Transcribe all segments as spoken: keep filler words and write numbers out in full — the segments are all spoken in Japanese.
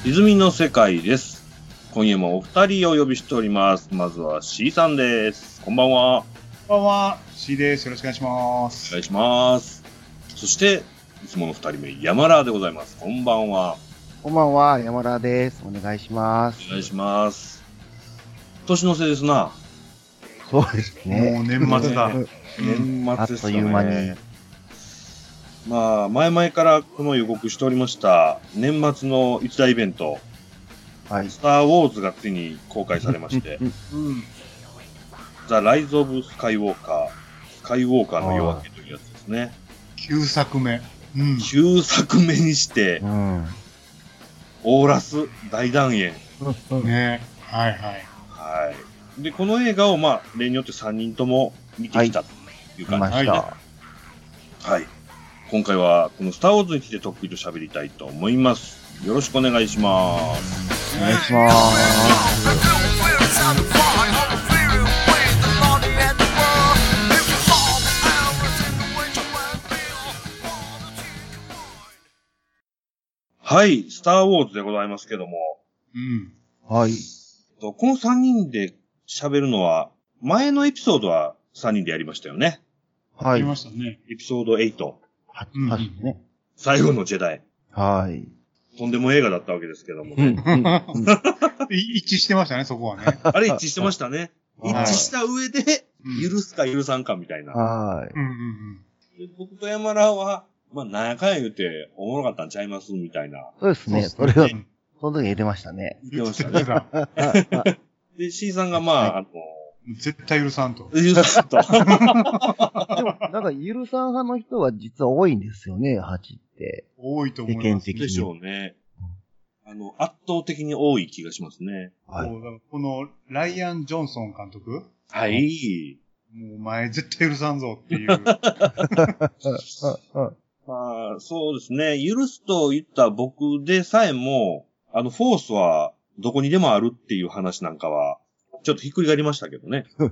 泉の世界です。今夜もお二人をお呼びしております。まずは C さんです。こんばんは。 こんばんは、C です。よろしくお願いします。 お願いします。そしていつもの二人目、山田でございます。こんばんは。 こんばんは、山田です。お願いします。 お願いします。年の瀬ですな。 そうですね。 もう年末だ。 ね、年末ですね。 あっという間に。 まあ、前々からこの予告しておりました、年末の一大イベント、はい、スター・ウォーズがついに公開されまして、うん、ザ・ライズ・オブ・スカイウォーカー、スカイウォーカーの夜明けというやつですね。 きゅうさくめ。 うん、きゅうさくめにして、うん、オーラス大団円。 ね、はいはい。 はい。で、この映画を、まあ、例によってさんにんとも見てきたという感じですね。はい。はい。今回はこのスターウォーズについて得意と喋りたいと思います。よろしくお願いします。 お願いします。 はい、スターウォーズでございますけども。 うん。 はい。 このさんにんで喋るのは、前のエピソードはさんにんでやりましたよね。 はい。やりましたね。 エピソードはち。 はち、はちね。 最後のジェダイ。 はい。 とんでも映画だったわけですけどもね。 一致してましたね、そこはね。 あれ一致してましたね。一致した上で、許すか許さんかみたいな。 はい。 僕と山田は、まあ、なんやかんや言うて、おもろかったんちゃいますみたいな。 そうですね。それは、その時言ってましたね。 言ってましたね。で、C さんがまあ、あの、 絶対許さんと。 許さんと。でも、 なんか許さん派の人は実は多いんですよね、はちって。 多いと思います。 でしょうね。あの、圧倒的に多い気がしますね。 はい。この、ライアン・ジョンソン監督。 はい。 もうお前絶対許さんぞっていう。 まあ、そうですね。許すと言った僕でさえも、あの、フォースはどこにでもあるっていう話なんかは、ちょっとひっくり返りましたけどね。 だって、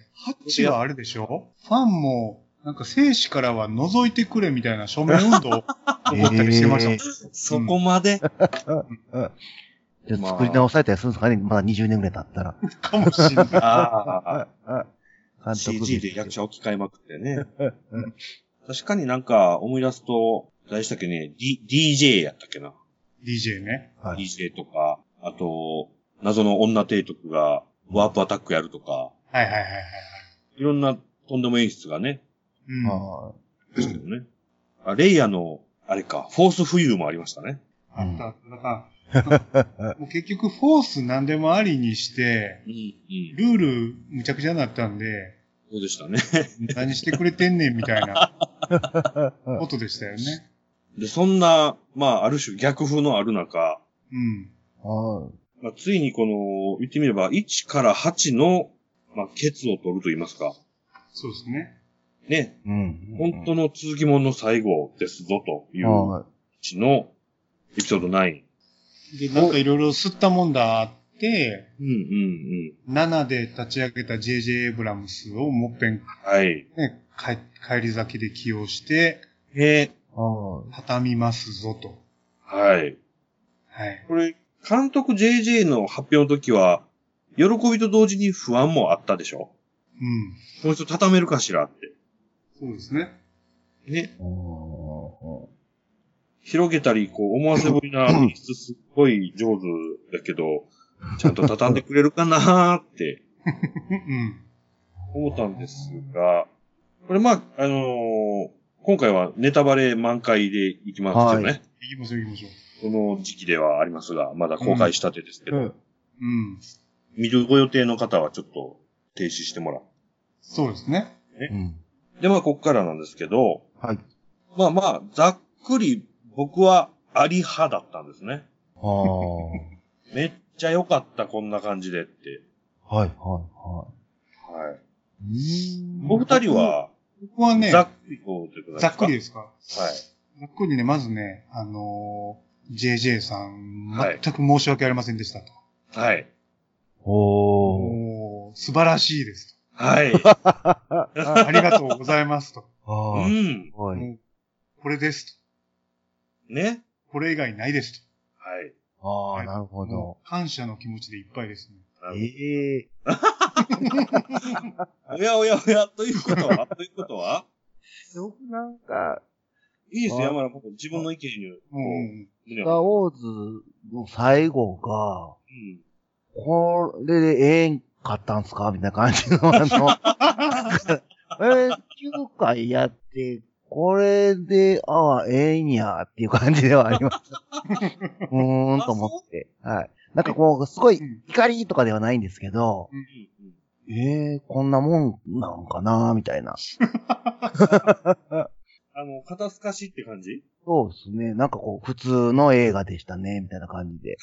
ハッチはあれでしょ？ファンも、なんか生死からは覗いてくれみたいな署名運動を思ったりしてましたもん。えー、 そこまで、 うん、じゃあ作り直されたりするんですかね、まだにじゅうねんぐらい経ったら。 かもしれない。 ああ。シージー で役者置き換えまくってね。確かになんか思い出すと、誰でしたっけね、D、ディージェー やったっけな。 ディージェー ね。 はい、ディージェー とか、あと、謎の女提督がワープアタックやるとか。 はいはいはいはい。 いろんなとんでも演出がね。 うん。ああですけどね。あ、レイヤの、あれか、フォース浮遊もありましたね。 あったあった。だからもう結局フォース何でもありにして、うんうん、ルールむちゃくちゃになったんで、 そうでしたね。 何してくれてんねんみたいなことでしたよね。 で、そんな、まあ、ある種逆風のある中、 うん。 はい。 まあ、ついにこの、言ってみれば、いちからはちの、まあ、ケツを取ると言いますか。 そうですね。 ね。 うん。 本当の続きものの最後ですぞ、という、うちの、エピソードナイン。で、なんかいろいろ吸ったもんだって、 うんうんうん。 ななで立ち上げた ジェイジェイ エイブラムスをもっぺん、 はい。 ね、帰り咲きで起用して、 へ畳みますぞと。 はい。 はい。 これ、監督 ジェイジェイ の発表の時は、喜びと同時に不安もあったでしょ？ うん。 この人畳めるかしらって。 そうですね。 ね。広げたり、こう、思わせぶりな演出すっごい上手だけど、ちゃんと畳んでくれるかなーって、 うん、 思ったんですが、これまあ、あのー、今回はネタバレ満開でいきますよね。 はい。いきましょう行きましょう。この時期ではありますが、まだ公開したてですけど、うん。 うん。 見るご予定の方はちょっと停止してもらう。 そうですね。 ね。うん、で、まあ、こっからなんですけど、 はい。 まあまあ、ざっくり僕はあり派だったんですね。 はあ。めっちゃ良かった、こんな感じでって。 はい、はい、 はい。はい。 うーん。 お二人は、 僕はね、 ざっくりこうということですか？ ざっくりですか？はい。 ざっくりね、まずね、あのー、ジェイジェイ さん、全く申し訳ありませんでしたと。 はい。 おー。素晴らしいですと。はい。 ありがとうございますと。 うん。 はい。これですと。ね。 これ以外ないですと。 ああ、なるほど。 感謝の気持ちでいっぱいですね。 ええおやおやおや、ということはということは僕なんか、 いいですよ、山田君。自分の意見に、こう、 うんスター・ウォーズの最後が、 うん、 これでええんかったんすかみたいな感じの、あの、えー、きゅうかいやって、これで、ああ、ええんや、っていう感じではあります。うーん、と思って。はい。なんかこう、すごい怒りとかではないんですけど、 うんうん、 ええー、こんなもんなんかなみたいな。 あの、肩透かしって感じ？ そうですね。なんかこう、普通の映画でしたね、みたいな感じで。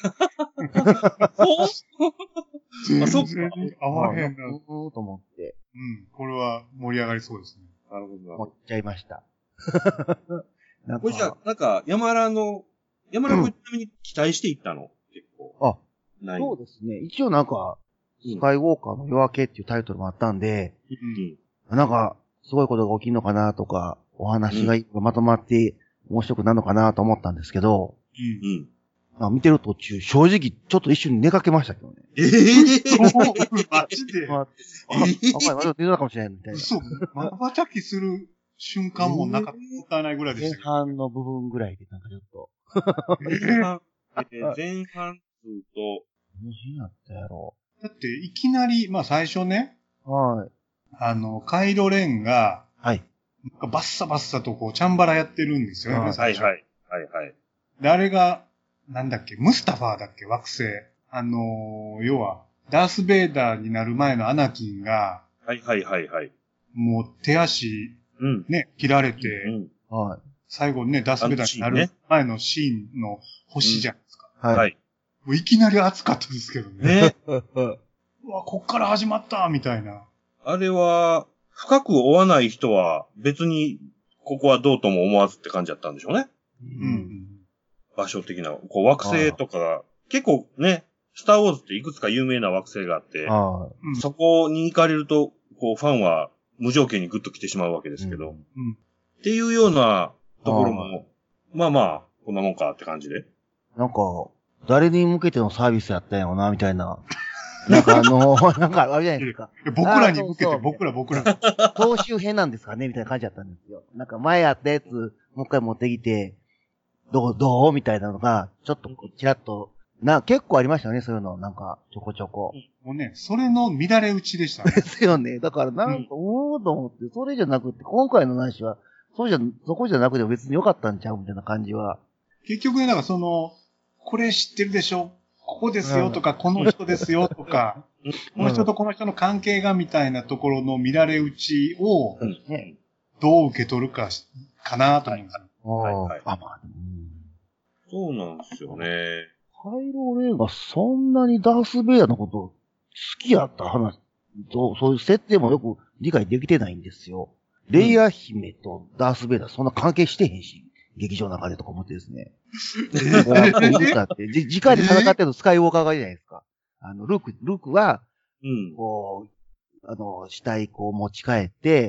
全然合わへんな。 うーん、と思って。 うん。これは盛り上がりそうですね。 なるほどな。 思っちゃいました。 なんかこれじゃあ、なんか、山田の、山田君ちなみに期待していったの、結構。 あ、 ない。 そうですね。一応なんか、スカイウォーカーの夜明けっていうタイトルもあったんで、うん、なんか、すごいことが起きるのかなとか、お話がまとまって面白くなるのかなと思ったんですけど、うんうんまあ、見てる途中、正直ちょっと一瞬寝かけましたけどね。 えぇ、ー、マジであ、あ、あ、まだ寝たかもしれないみたいな。 そう。まばたきする瞬間もなかったないぐらいでしたけど。 前半の部分ぐらいでなんかちょっと。 前半、えー、前半数と、 何やったやろだっていきなり、まあ最初ね。 はい。 あの、カイロレンが、 はい。 なんかバッサバッサとこう、チャンバラやってるんですよね、 はいはい。はいはい。 で、あれが、なんだっけ、ムスタファーだっけ、惑星。あのー、要は、ダース・ベイダーになる前のアナキンが、 はいはいはいはい。 もう手足、うん、ね、切られて、うんはい、最後ね、ダース・ベイダーになる前のシーンの星じゃないですか。 うん、はい。 もういきなり熱かったですけどね。ねうわ、こっから始まったみたいな。 あれは、深く追わない人は別にここはどうとも思わずって感じだったんでしょうね。うん。場所的な、こう惑星とかが、結構ね、スターウォーズっていくつか有名な惑星があって、あそこに行かれると、こうファンは無条件にグッと来てしまうわけですけど、うんうん、っていうようなところも、まあまあ、こんなもんかって感じで。 なんか、誰に向けてのサービスやったんやろな、みたいな。なんかあのー、なんかあれじゃないですか。 僕らに向けて、そうそう僕ら僕ら。 総集編なんですかねみたいな感じだったんですよ。なんか前やったやつ、もう一回持ってきて、どう、どうみたいなのが、ちょっとちらっと、な、結構ありましたよね、そういうの。なんか、ちょこちょこ。 もうね、それの乱れ打ちでしたね。 ですよね。だからなんか、おーと思って、それじゃなくて、今回の話は、そうじゃ、そこじゃなくても別に良かったんちゃうみたいな感じは。 結局ね、なんかその、これ知ってるでしょここですよとか、この人ですよとか、この人とこの人の関係がみたいなところの乱れ打ちを、どう受け取るか、かなと思うんですよ。 はいはい、あ、まあ、うん、 そうなんですよね。 カイロレンがそんなにダースベイダーのこと好きやった話と、そういう設定もよく理解できてないんですよ。レイヤ姫とダースベイダーそんな関係してへんし。劇場の中でとか思ってですね。えー、だって、じ、直で戦ってるのスカイウォーカーがいいじゃないですか。あの、ルーク、ルークは、うん、こう、あの、死体こう持ち帰って、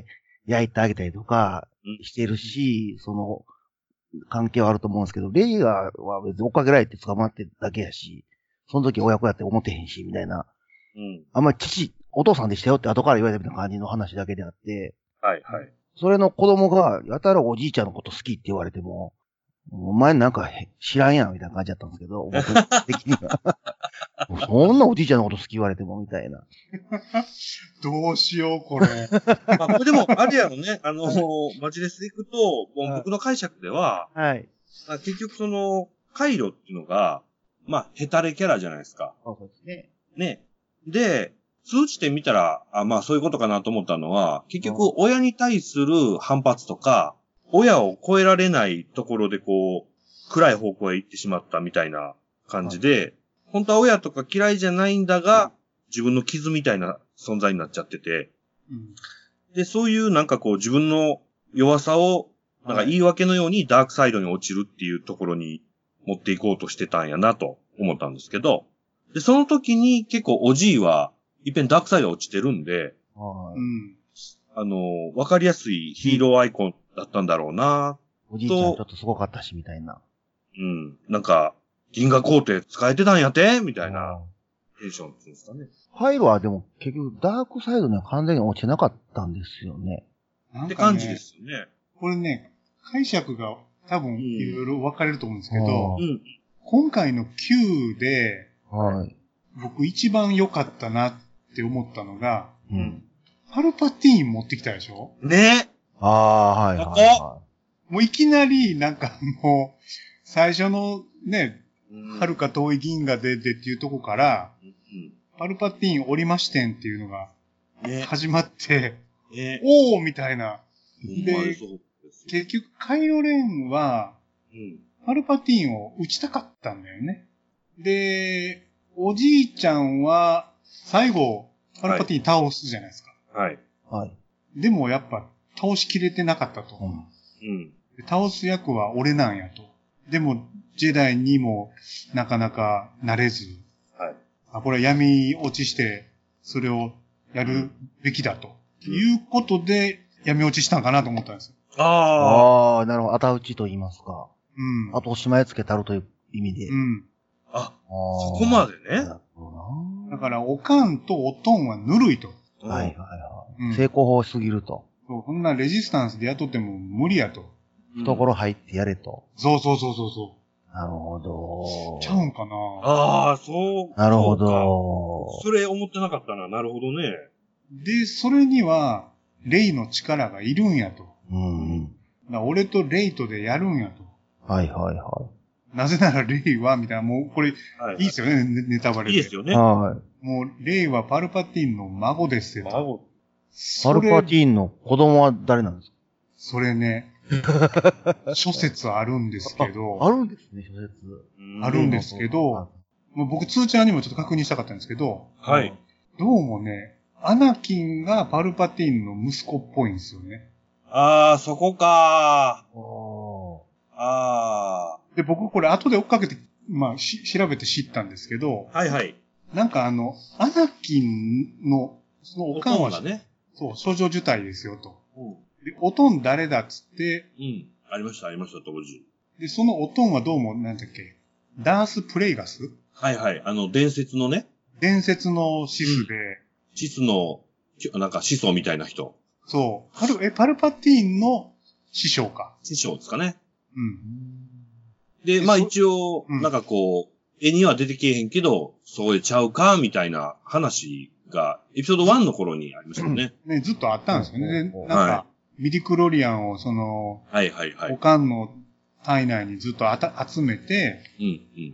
焼いてあげたりとかしてるし、うん、その、関係はあると思うんですけど、レイヤーは別に追っかけられて捕まってるだけやし、その時親子やって思ってへんし、みたいな。うん。あんまり父、お父さんでしたよって後から言われたみたいな感じの話だけであって。 はいはい。 それの子供が、やたらおじいちゃんのこと好きって言われても、お前なんか知らんやんみたいな感じだったんですけど、僕的には。そんなおじいちゃんのこと好き言われてもみたいな。 どうしよう、これ。 まあ、これでも、あれやろね、あの、マジレスで行くと、僕の解釈では、はい。結局その、カイロっていうのが、まあ、ヘタレキャラじゃないですか。 そうですね。 ね。で、通じてみたら、あ、まあそういうことかなと思ったのは、結局親に対する反発とか、親を超えられないところでこう、暗い方向へ行ってしまったみたいな感じで、はい、本当は親とか嫌いじゃないんだが、自分の傷みたいな存在になっちゃってて、うん、で、そういうなんかこう自分の弱さを、なんか言い訳のようにダークサイドに落ちるっていうところに持っていこうとしてたんやなと思ったんですけど、で、その時に結構おじいは、いっぺんダークサイド落ちてるんで、はい、うん、あの、わかりやすいヒーローアイコンだったんだろうな、 おじいちゃんちょっとすごかったし、みたいな。 うん。なんか、 銀河皇帝使えてたんやてみたいなテンションっていうんですかね。 パイロはでも結局ダークサイドには完全に落ちなかったんですよね。 なんかね、 って感じですよね。 これね、解釈が多分いろいろ分かれると思うんですけど、 うん、 今回の Q で、 はい。 僕一番良かったなって思ったのが、 うん。 パルパティーン持ってきたでしょね。 ああ、はいはい、はい。もういきなりなんかもう、最初のね、遥か遠い銀河ででっていうとこから、うん、パルパティーン降りましてんっていうのが始まって、ねね、おーみたいな。で、結局カイロレンは、うん、パルパティーンを撃ちたかったんだよね。で、おじいちゃんは最後、パルパティーン倒すじゃないですか。 はい。 はい。 でもやっぱ倒しきれてなかったと。うん、倒す役は俺なんやと。でも、ジェダイにもなかなかなれず、はい、あこれは闇落ちして、それをやるべきだと、うん、いうことで闇落ちしたんかなと思ったんですよ。 ああ、なるほど。後打ちと言いますか。 うん。 あとおしまいつけたるという意味で。 うん。 あ、そこまでね。 だから、おかんとおとんはぬるいと。 はいはいはい。うん、成功法すぎると。 そう、そんなレジスタンスで雇っても無理やと。 懐入ってやれと。 そうそうそうそうそう。 なるほど。 ちゃうんかな。 ああ、そう。 なるほど。 それ思ってなかったな。なるほどね。 で、それには、レイの力がいるんやと。 うんうん。 だ俺とレイとでやるんやと。 はいはいはい。 なぜならレイは、みたいな、もうこれ、はいはい、いいですよね、ネタバレで。 いいですよね。 はい。 もう、レイはパルパティーンの孫ですよ。 孫。 パルパティーンの子供は誰なんですか？ それね、諸説あるんですけど。 あ, あるんですね、諸説。 あるんですけど、もう僕、通知案にもちょっと確認したかったんですけど、 はい。 どうもね、アナキンがパルパティーンの息子っぽいんですよね。 あー、そこかー。 おあー。で、僕これ後で追っかけて、まあ、し、調べて知ったんですけど、 はいはい。 なんかあの、アナキンの、そのおかんは、 ね、 そう、少女受胎ですよと。 うん。 で、おとん誰だっつって、 うん。ありました、ありました、当時。 で、そのおとんはどうも、なんだっけ、ダース・プレイガス？ はいはい。あの、伝説のね。 伝説のシスで。うん、 シスの、なんか始祖みたいな人。 そう。パル、え、パルパティーンの師匠か。 師匠ですかね。 うん。 で、まあ一応、なんかこう、絵には出てけえへんけど、そうでちゃうか、みたいな話が、エピソードワンの頃にありましたよね。 ね、ずっとあったんですよね。で、なんか、はい、ミディクロリアンをその、 はいはいはい。 おかんの体内にずっとあた集めて、 うんうん。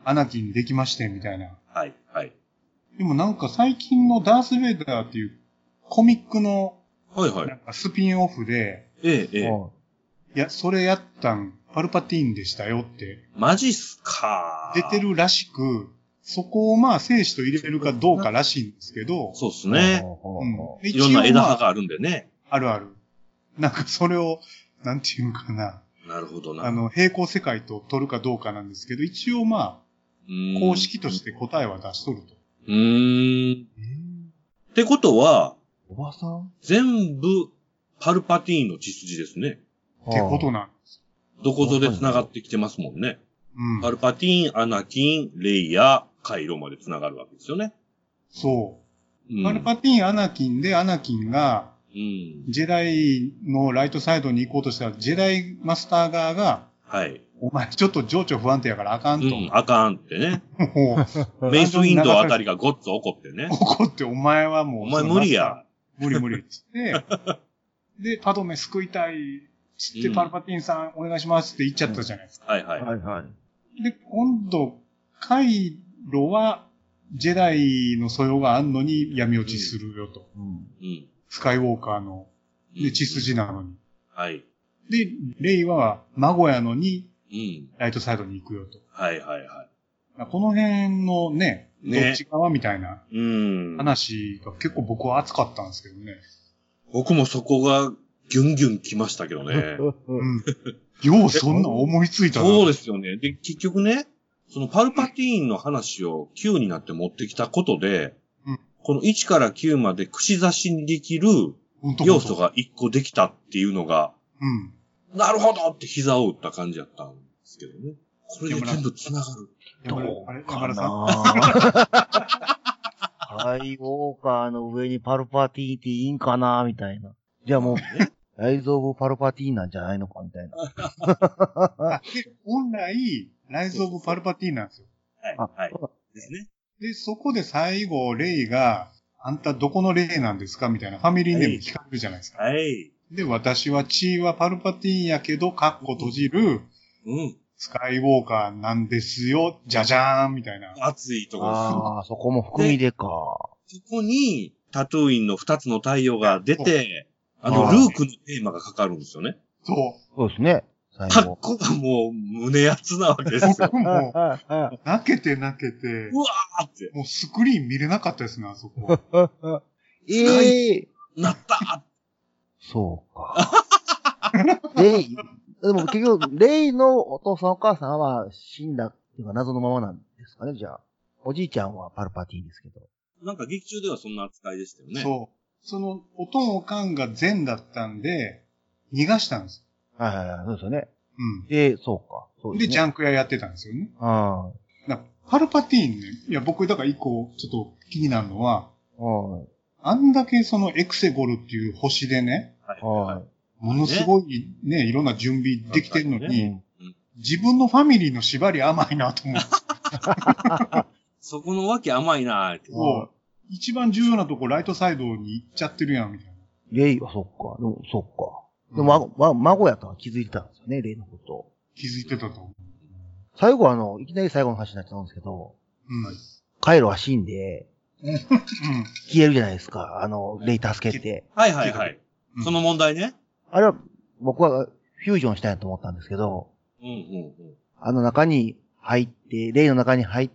アナキンにできまして、みたいな。 はいはい。 でもなんか最近のダース・ベイダーっていうコミックの、 はいはい。 なんかスピンオフで、 ええええ。 いや、それやったん、パルパティーンでしたよって。 マジっすか出てるらしく、そこをまあ生死と入れるかどうからしいんですけど。 そうっすね。 うん。 いろんな枝葉があるんでね。 あるある。なんかそれを、なんていうかな。 なるほどな。 あの、平行世界と取るかどうかなんですけど、一応まあ、公式として答えは出しとると。 うーん。ってことは、 おばさん全部、パルパティーンの血筋ですね。 ってことなんです。 どこぞで繋がってきてますもんね。 うん。 パルパティーン、アナキン、レイヤ、カイロまで繋がるわけですよね。 そう。 うん、 パルパティーン、アナキンで、アナキンが、 うん、 ジェダイのライトサイドに行こうとしたら、ジェダイマスター側が、 はい。 お前ちょっと情緒不安定やからあかんと。 うん、あかんってね。もう、メイスウィンドウあたりがごっつ怒ってね。 怒って、お前はもう。 お前無理や。 無理無理っつって、で、パドメ救いたい、つって、パルパティーンさんお願いしますって言っちゃったじゃないですか。 はいはい。 はいはい。 で、今度、カイロは、ジェダイの素養があんのに闇落ちするよと。 うん。 うん。 スカイウォーカーの、で、血筋なのに。 はい。 で、レイは孫やのに、 うん。 ライトサイドに行くよと。 はいはいはい。 この辺のね、 ねどっち側みたいなうん話が結構僕は熱かったんですけどね。 僕もそこがギュンギュン来ましたけどね。 うん。ようそんな思いついたな。 そうですよね。で、結局ね、そのパルパティーンの話をきゅうになって持ってきたことで、 うん、 このいちからきゅうまで串刺しにできる要素がいっこできたっていうのが、 うん、 なるほどって膝を打った感じだったんですけどね。 これで全部繋がる。 どうかなハイウォーカーの上にパルパティーンっていいんかなみたいな。じゃあもう、ライズ・オブ・パルパティーンなんじゃないのかみたいな。 本来、ライズ・オブ・パルパティーンなんですよ。 はい。はい。ですね。 で、そこで最後、レイが、あんたどこのレイなんですかみたいなファミリーネーム聞かれるじゃないですか。 はい。 で、私は血はパルパティーンやけど、カッコ閉じる、うん。スカイウォーカーなんですよ、じゃじゃーんみたいな。 熱いところ。 ああ、そこも含みでか。 そこに、タトゥーインの二つの太陽が出て、あの、ルークのテーマがかかるんですよね。 そう。 そうですね。 カッコがもう胸熱なわけですよ。 僕も、泣けて泣けて、 うわーって。 もうスクリーン見れなかったですね、あそこ。 ええー、なったそうか。レイ、でも結局、レイのお父さんお母さんは死んだっていうか謎のままなんですかね、じゃあ。おじいちゃんはパルパティーンですけど。 なんか劇中ではそんな扱いでしたよね。 そう。その、おとんおかんが善だったんで、逃がしたんです。 はいはいはい、そうですよね。 うん。 で、そうか。そうです、ね、で、ジャンク屋やってたんですよね。 ああ。パルパティーンね、いや、僕、だから一個、ちょっと気になるのは、 はい。 あんだけそのエクセゴルっていう星でね、 はいはい。 ものすごいね、いろんな準備できてるのに、ね、自分のファミリーの縛り甘いなと思う。 そこのわけ甘いなぁ。 そう。一番重要なとこ、ライトサイドに行っちゃってるやん、みたいな。 レイはそっか。でも、そっか。でも、ま、孫やとは気づいてたんですよね、レイのこと。 気づいてたと思う。 最後あの、いきなり最後の話になっちゃうんですけど、 うん。 カイロは死んで、 うん。 消えるじゃないですか。あの、レイ助けて。 はいはいはい。うん、その問題ね。 あれは、僕はフュージョンしたいと思ったんですけど、 うんうんうん。 あの中に入って、レイの中に入って、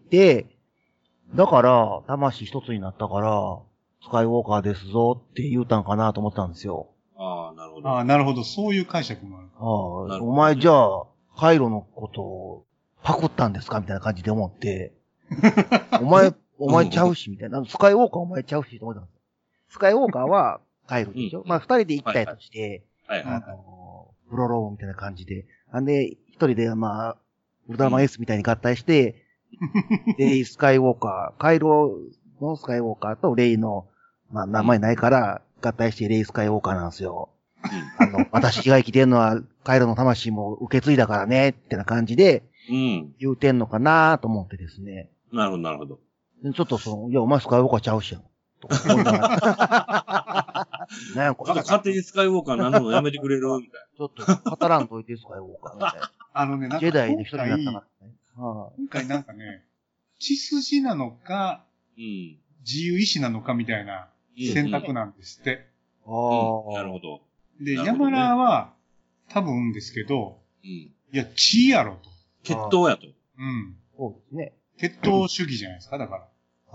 だから、魂一つになったから、スカイウォーカーですぞって言うたんかなと思ったんですよ。 ああ、なるほど。 ああ、なるほど。そういう解釈もある。 ああ、お前じゃあ、カイロのことをパクったんですかみたいな感じで思って、お前、お前ちゃうし、みたいな。スカイウォーカーお前ちゃうしと思ったんですよ。スカイウォーカーはカイロでしょ、うん、まあ二人で行きたいとして、 はいはい。 あの、プロローみたいな感じで。なんで、一人でまあ、ウルトラマン S みたいに合体して、レイスカイウォーカー、カイロのスカイウォーカーとレイの、まあ名前ないから合体してレイスカイウォーカーなんですよ。あの、私が生きてるのはカイロの魂も受け継いだからね、ってな感じで、言うてんのかなと思ってですね。 うん、なるほど、なるほど。 ちょっとその、いや、お前スカイウォーカーちゃうしやん。とか思いながら。なんやこれ。 勝手にスカイウォーカーなるのやめてくれるみたいな。ちょっと語らんといて、スカイウォーカーみたいな。 あのね、なんかジェダイの一人になったからね。 今回なんかね、血筋なのか、うん、自由意志なのかみたいな選択なんですって。 ああ、 うん、なるほど。 で、ね、山田は多分ですけど、うん、いや、血やろと。 血統やと。 うん。 そうですね。 血統主義じゃないですか、だから。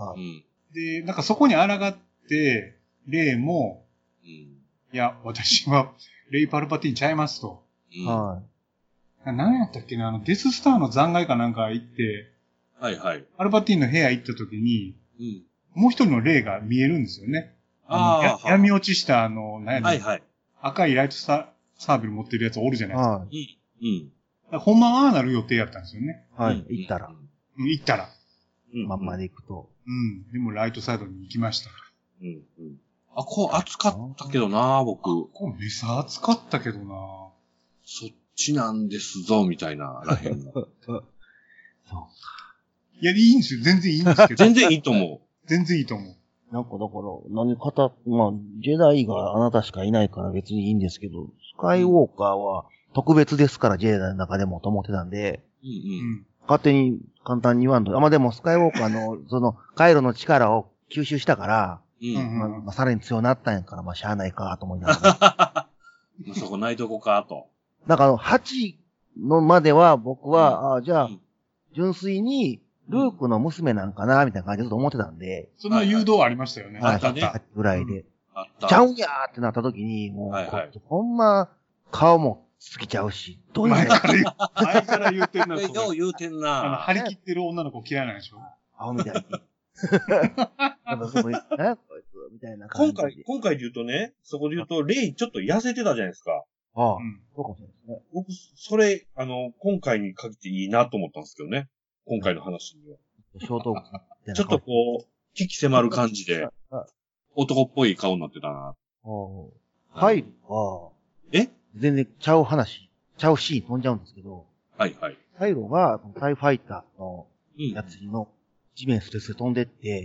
はい、うん。 で、なんかそこに抗って、レイも、うん、いや、私はレイ・パルパティーンちゃいますと。 うん、はい。 何やったっけな、あの、デススターの残骸かなんか行って、 はいはい。 パルパティーンの部屋行った時に、 うん、 もう一人のレイが見えるんですよね。ああ。闇落ちした、あの、何やねん。 はいはい。 赤いライトサービル持ってるやつおるじゃないですか。 はい。 うん。 ほんまはああなる予定やったんですよね。 はい。行ったら。 うん、行ったら。 まんまで行くと。 うん。でもライトサイドに行きました。 うん。うん。あ、こう、暑かったけどな、僕。 こう、めさ暑かったけどな。 そっちなんですぞ、みたいな、らへんの。 そう。 いや、いいんですよ。全然いいんですけど。 全然いいと思う。 全然いいと思う。 なんかだから、何方、まあ、ジェダイがあなたしかいないから別にいいんですけど、スカイウォーカーは特別ですから、ジェダイの中でもと思ってたんで、 うんうん、 勝手に簡単に言わんと。あ、まあでもスカイウォーカーの、その、回路の力を吸収したから、 うんまあまあ、さらに強くなったんやから、まあしゃあないかと思いながら。そこないとこかと。 なんかあの、はちのまでは僕は、うん、あじゃあ、うん、純粋に、ルークの娘なんかなみたいな感じでずっと思ってたんで。 そんな誘導ありましたよね。 はい、 あったね。 ぐらいで。 あった。 ちゃうんやーってなった時に、もう、はいはい、ほんま、顔も好きちゃうし、 どういう前から言う、前から言うてんな。 よう言うてんな。 あの、張り切ってる女の子嫌いなんでしょ青みたいに。なんかそこに、えこいつみたいな感じ今回、今回で言うとね、そこで言うと、レイちょっと痩せてたじゃないですか。 ああ、 うん。 そうかもしれないですね。 僕、それ、あの、今回に限っていいなと思ったんですけどね。今回の話には。 ショートークってちょっとこう、危機迫る感じで、男っぽい顔になってたな。 はい。ああ。 え全然ちゃう話、ちゃうシーン飛んじゃうんですけど、 はいはい。 サイロが、タイファイターのやつの地面スレスレ飛んでって、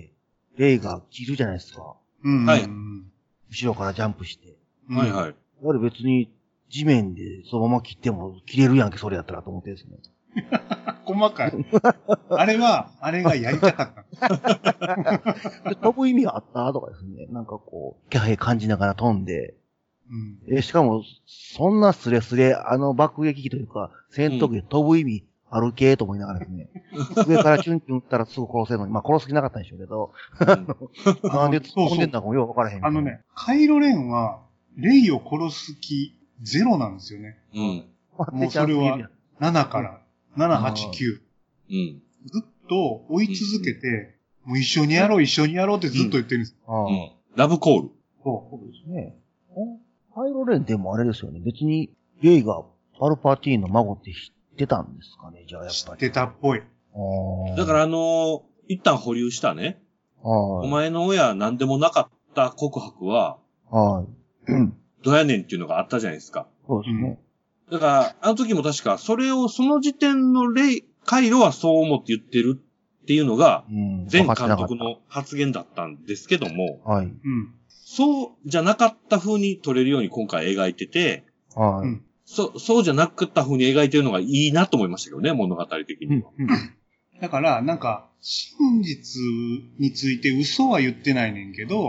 レイが切るじゃないですか。 うん。 はい。 後ろからジャンプして。 はいはい。 やはり別に地面でそのまま切っても切れるやんけ、それやったらと思ってですね。 細かい。あれは、あれがやりたかった。 飛ぶ意味あったとかですね。なんかこう、気配感じながら飛んで。 うん、 えしかも、そんなスレスレ、あの爆撃機というか、戦闘機で飛ぶ意味ある系と思いながらですね。上からチュンチュン撃ったらすぐ殺せるのに、まあ殺す気なかったんでしょうけど。うん、なんで飛んでんだかもよくわからへん。 あのね、カイロレンは、レイを殺す気ゼロなんですよね。 うん。 もうそれは、ななから、なな、はち、きゅう。 うん。 ずっと追い続けて、うん、もう一緒にやろう、一緒にやろうってずっと言ってるんです。 うん。うん、ラブコール。 そうですね。カイロレンでもあれですよね。別に、レイがパルパティーンの孫って知ってたんですかね、じゃあやっぱり。 知ってたっぽい。 だからあのー、一旦保留したね。お前の親何でもなかった告白は、 はい。うん。 どうやねんっていうのがあったじゃないですか。 そうですね。 だから、あの時も確か、それを、その時点のレイ、カイロはそう思って言ってるっていうのが、前監督の発言だったんですけども、 はい。うん。 そうじゃなかった風に撮れるように今回描いてて、 はい。 そ、そうじゃなかった風に描いてるのがいいなと思いましたけどね、物語的には。 うんうん、だから、なんか、真実について嘘は言ってないねんけど、うん、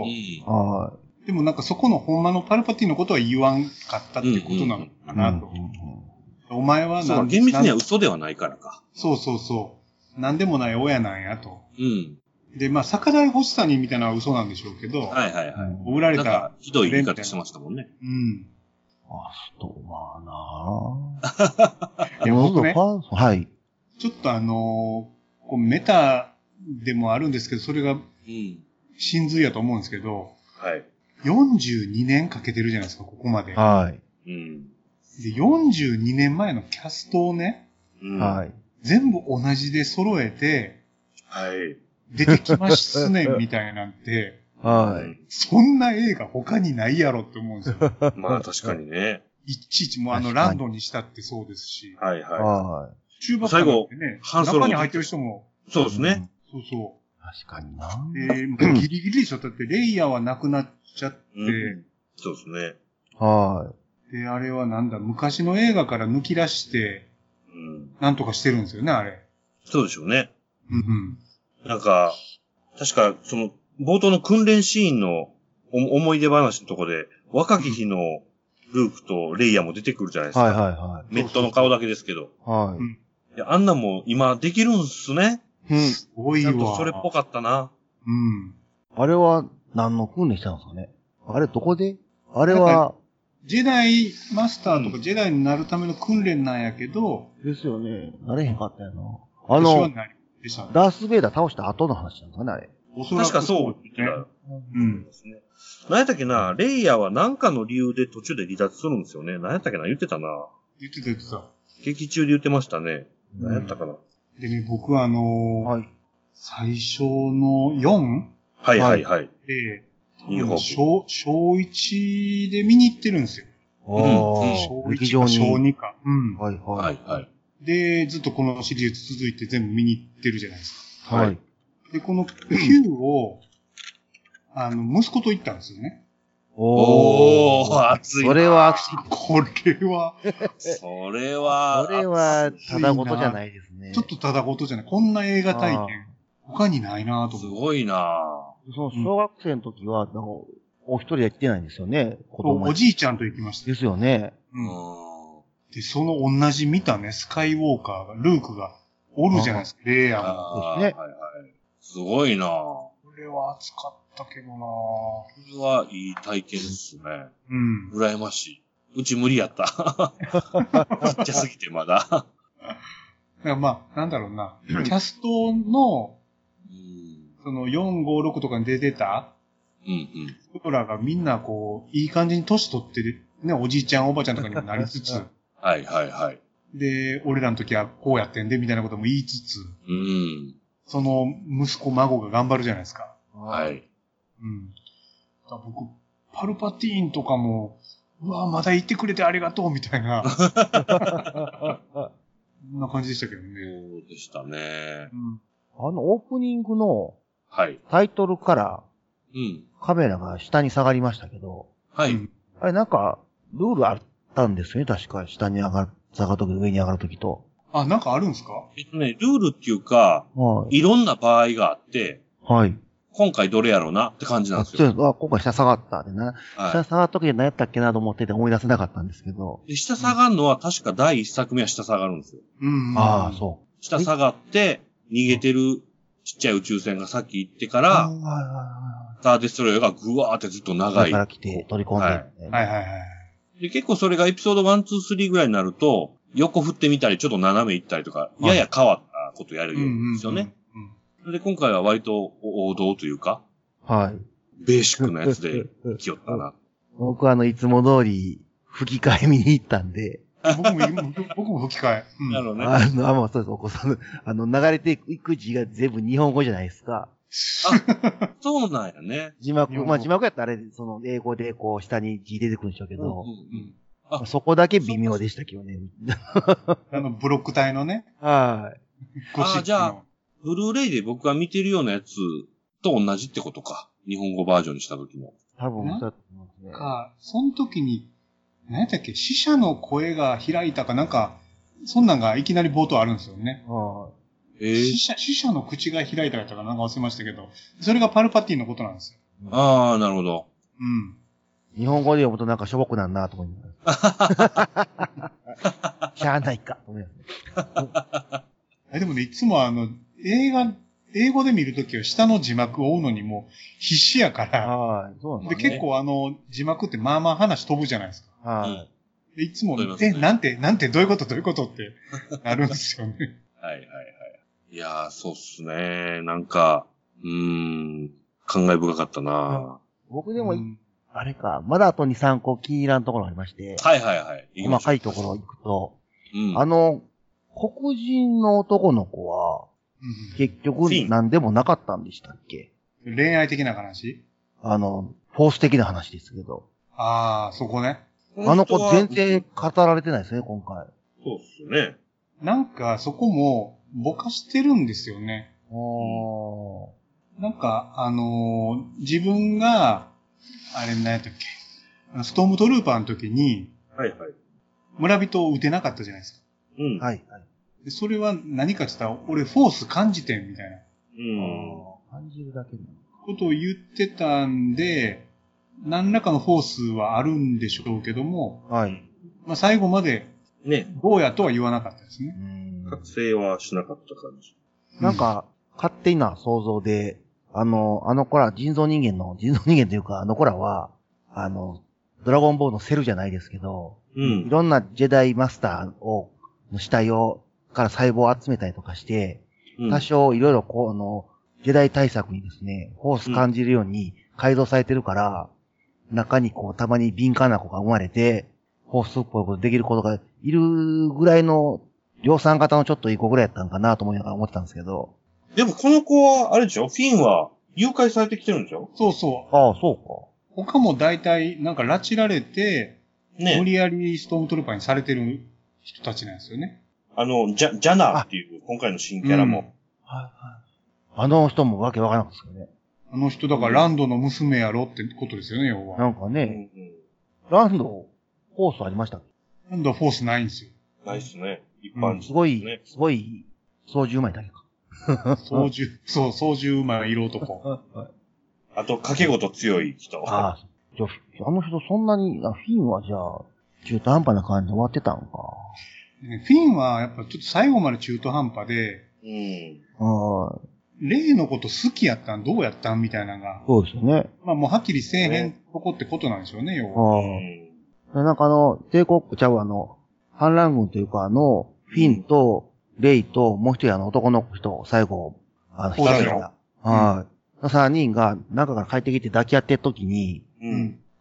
はい。でもなんかそこのほんまのパルパティのことは言わんかったってことなのかなと。お前はそう、厳密には嘘ではないからか。 そうそうそう。なんでもない親なんやと。 うん。 で、まあ、逆大欲しさにみたいなのは嘘なんでしょうけど。 はいはいはい。 売られた。なんか、 ひどい言い方してましたもんね。 うん。 あ、そう、まあなぁ。 いや、僕ね。 はい。 ちょっとあのー、こうメタでもあるんですけど、それが、うん。真髄やと思うんですけど。はい。よんじゅうにねんかけてるじゃないですか、ここまで。はい。うん。で、よんじゅうにねんまえのキャストをね。うん。はい。全部同じで揃えて。はい。出てきますね、みたいなんて。はい。そんな映画他にないやろって思うんですよ。 まあ確かにね。 いちいちもうあのランドにしたってそうですし。 はいはい。はい。 中爆弾ってね、中に入ってる人も。 そうですね。 そうそう。 確かにな。 えー、ギリギリでしょ。だってレイヤーはなくなっちゃって。うん、 そうですね。 はい。 で、あれはなんだ、昔の映画から抜き出して、うん、なんとかしてるんですよね、あれ。 そうでしょうね。 うんうん。 なんか、確か、その、冒頭の訓練シーンの思い出話のとこで、若き日のルークとレイヤーも出てくるじゃないですか。 はいはいはい。 メットの顔だけですけど。 はい。 いや、あんなんも今できるんすね。 うん。すごいわ。 ちゃんとそれっぽかったな。 うん。 あれは何の訓練したんですかね。あれどこであれは。 ジェダイマスターとかジェダイになるための訓練なんやけど。 ですよね。なれへんかったよな。あの、ダース・ベイダー倒した後の話なんですかね、あれ。 確かそう言ってたよ。うん。何やったっけな、レイヤーは何かの理由で途中で離脱するんですよね。何やったっけな、言ってたな。 言ってた言ってた。 劇中で言ってましたね。何やったかな。 でね、僕はあのー、はい、最初のよん? はいはいはい。 で、小、小いちで見に行ってるんですよ。 ああ、 小いちか小にか。 うん。はいはい。 はい。 で、ずっとこのシリーズ続いて全部見に行ってるじゃないですか。はい。 で、このきゅうを、あの、息子と行ったんですよね。 おー、熱いな。 それは、 これは、 それは、 それは、ただごとじゃないですね。 ちょっとただごとじゃない。こんな映画体験、他にないなと思って。 すごいなその小学生の時は、お一人で来てないんですよね、子供。 おじいちゃんと行きました。 ですよね。 うん。で、その同じ見たね、スカイウォーカーが、ルークがおるじゃないですか、レイヤーも。ですね。はいはい。すごいなこれは熱かったけどなこれはいい体験ですね。 うん。 羨ましい。うち無理やった。ちっちゃすぎてまだ。だからまあ、なんだろうな。キャストの、うん、そのよん、ご、ろくとかに出てた、 うんうん。 人らがみんなこう、いい感じに年取ってね、おじいちゃんおばちゃんとかにもなりつつ、 はいはいはい。 で、俺らの時はこうやってんで、みたいなことも言いつつ、 うん。 その息子孫が頑張るじゃないですか。 はい。 うん。だ僕、パルパティーンとかも、うわ、まだ言ってくれてありがとう、みたいな。そんな感じでしたけどね。 そうでしたね。 うん、あの、オープニングの、 はい。 タイトルから、 うん。 カメラが下に下がりましたけど、 はい。 うん、あれなんか、ルールあったんですよね、確か。下に上がる、下がるとき、上に上がるときと。 あ、なんかあるんですか？ えっとね、ルールっていうか、はい、いろんな場合があって、 はい。 今回どれやろうなって感じなんですよ。 あ、今回下下がったでな。はい、下下がった時何やったっけなと思ってて思い出せなかったんですけど。 で下下がるのは確か第一作目は下下がるんですよ。 うん。ああ、そう。 下下がって、逃げてるちっちゃい宇宙船が先行ってから、スターデストロイヤーがぐわーってずっと長い。 から来て取り込んで、 ね。はい、はいはいはい。 で、結構それがエピソードいち、に、さんぐらいになると、横振ってみたり、ちょっと斜め行ったりとか、やや変わったことやるようんですよね。で、今回は割と王道というか、 はい。 ベーシックなやつで来よったな。 僕はあの、いつも通り吹き替え見に行ったんで。 僕も、僕も吹き替え。 うん、なるほどね。 あの、あ、もうそうです、お子さん。あの、流れていく字が全部日本語じゃないですか。 あ、そうなんやね。 字幕、まあ字幕やったらあれ、その、英語でこう、下に字出てくるんでしょうけど、うんうんうん、あそこだけ微妙でしたけどね。 あの、ブロック体のね。 はい。 あ、じゃあ、ブルーレイで僕が見てるようなやつと同じってことか。日本語バージョンにした時の。 多分、そうだと思いますね。か、その時に、何やったっけ、死者の声が開いたかなんか、そんなんがいきなり冒頭あるんですよね。 はい。 えー、 死者、死者の口が開いたかとかなんか忘れましたけど、それがパルパティのことなんですよ。 ああ、なるほど。 うん。 日本語で読むとなんかしょぼくなんなと思います。しゃあないか、と思います。 でもね、いつもあの、映画、英語で見るときは下の字幕を追うのにも必死やから。 はい。そうなんですね。で、結構あの、字幕ってまあまあ話飛ぶじゃないですか。 はい。 で、いつも、ね、え、なんて、なんて、どういうことどういうことってなるんですよね。 はいはいはい。いやー、そうっすね。なんか、うーん、感慨深かったな、 うん、僕でも、うん、あれか、まだあとに、さんこ気に入らんところありまして。 はいはいはい。 細かいところ行くと、 うん、 あの、黒人の男の子は、うん、結局何でもなかったんでしたっけ？ 恋愛的な話？ あの、フォース的な話ですけど。 ああ、そこね。 あの子全然語られてないですね、今回。 そうっすね。 なんか、そこも、ぼかしてるんですよね。 あー、 なんか、あのー、自分が、あれ何やったっけ、ストームトルーパーの時に、 はいはい。 村人を撃てなかったじゃないですか。 うん。 はいはい。 でそれは何かって言ったら、俺フォース感じてんみたいな。 うん。 感じるだけのことを言ってたんで、何らかのフォースはあるんでしょうけども、 はい。 まあ最後まで、 ね。 どうやとは言わなかったですね。 覚醒はしなかった感じ。 なんか、勝手な想像で、あの、あの子ら、人造人間の、人造人間というか、あの子らは、あの、ドラゴンボールのセルじゃないですけど、 うん。 いろんなジェダイマスターを、の死体を、から細胞を集めたりとかして、うん、多少いろいろこう、あの、ジェダイ対策にですね、フォース感じるように改造されてるから、うん、中にこう、たまに敏感な子が生まれて、フォースっぽいことできる子がいるぐらいの、量産型のちょっといい子ぐらいやったんかなと思いながら思ってたんですけど。 でもこの子は、あれでしょ？フィンは誘拐されてきてるんでしょ？ そうそう。 ああ、そうか。 他も大体、なんか拉致られて、 ね、 無理やりストームトルーパーにされてる人たちなんですよね。 あの、ジャ、ジャナーっていう、今回の新キャラも。うん、 はいはい。あの人もわけわからなかったですよね。 あの人だからランドの娘やろってことですよね、要は。 なんかね、うんうん、ランド、フォースありましたっけ？ ランドはフォースないんですよ。 ないっすね。一般人、ね、 すごい、すごい、操縦うまいだけか。 操縦、そう、操縦うまい色男。 あと、掛け事強い人。 ああ、じゃあ、あの人そんなに、あフィンはじゃあ、中途半端な感じで終わってたんか。 フィンはやっぱちょっと最後まで中途半端で、 うん。 はい。 レイのこと好きやったんどうやったんみたいなのが。 そうですよね。 まあもうはっきりせえへんとこってことなんでしょうね、要は。うん。なんかあの、帝国ちゃうあの、反乱軍というかあの、フィンと、レイと、もう一人あの男の人、最後、あの、一人が、はい。さんにんが中から帰ってきて抱き合ってる時に、 うん。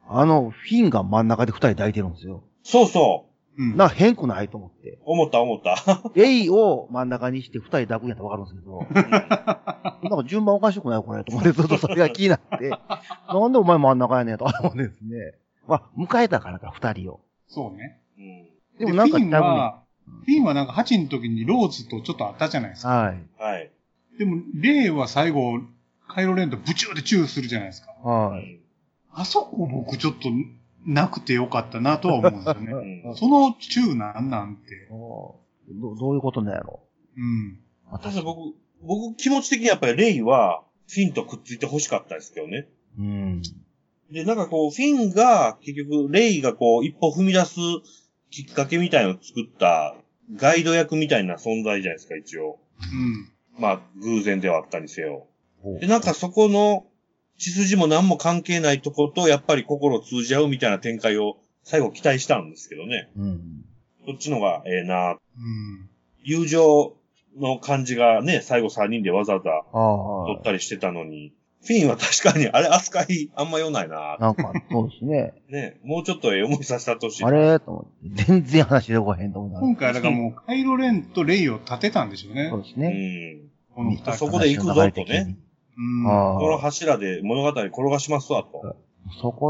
あの、フィンが真ん中で二人抱いてるんですよ。 そうそう。 うん。 なんか変くないと思って。 思った思った。 レイを真ん中にして二人抱くんやったらわかるんですけど、なんか順番おかしくないこれと思ってずっとそれが気になって、なんでお前真ん中やねんと思ってですね。まあ、迎えたからか、二人を。 そうね。 うん。 でもなんかフィンは、フィンはなんかはちの時にローズとちょっとあったじゃないですか。 はい。 はい。 でも、レイは最後、カイロレンとブチューでチューするじゃないですか。 はい。 あそこ僕ちょっとなくてよかったなとは思うんですよね。 うん、 そのチューなんなんて。 ど, どういうことなんやろう。うん。 私僕、僕気持ち的にやっぱりレイはフィンとくっついて欲しかったですけどね。 うん。 で、なんかこう、フィンが結局レイがこう一歩踏み出すきっかけみたいなのを作ったガイド役みたいな存在じゃないですか、一応。 うん。 まあ、偶然ではあったにせよ。で、なんかそこの血筋も何も関係ないところと、やっぱり心通じ合うみたいな展開を最後期待したんですけどね。 うん。 そっちのがええな、 うん。 友情の感じがね、最後さんにんでわざわざ取取ったりしてたのに、フィンは確かにあれ扱いあんま良ないな。 なんか、そうですね。 ね、もうちょっとええ思いさせてほしい。 あれと思って、全然話でこへんと思った。 今回だからもうカイロレンとレイを立てたんでしょうね。 そうですね。 うん。この二人そこで行くぞとね。 うん。 この柱で物語転がしますわと。 そこと、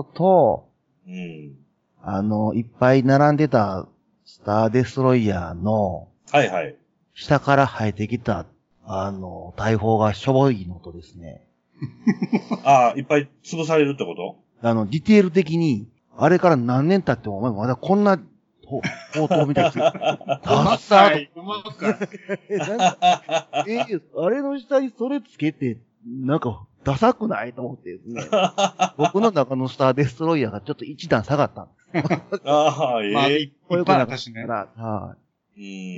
うん。 あの、いっぱい並んでたスターデストロイヤーの、 はいはい。 下から生えてきた、あの、大砲がしょぼいのとですね。 ああ、いっぱい潰されるってこと？ あの、ディテール的に、あれから何年経っても、お前まだこんな、砲塔みたいですよ。ダッサーと。 うまかえ、なんか、えー、あれの下にそれつけて、なんか、ダサくないと思ってですね。僕の中のスターデストロイヤーがちょっと一段下がったんです。 ああ、ええー。まあ、いっぱい私ね。はい。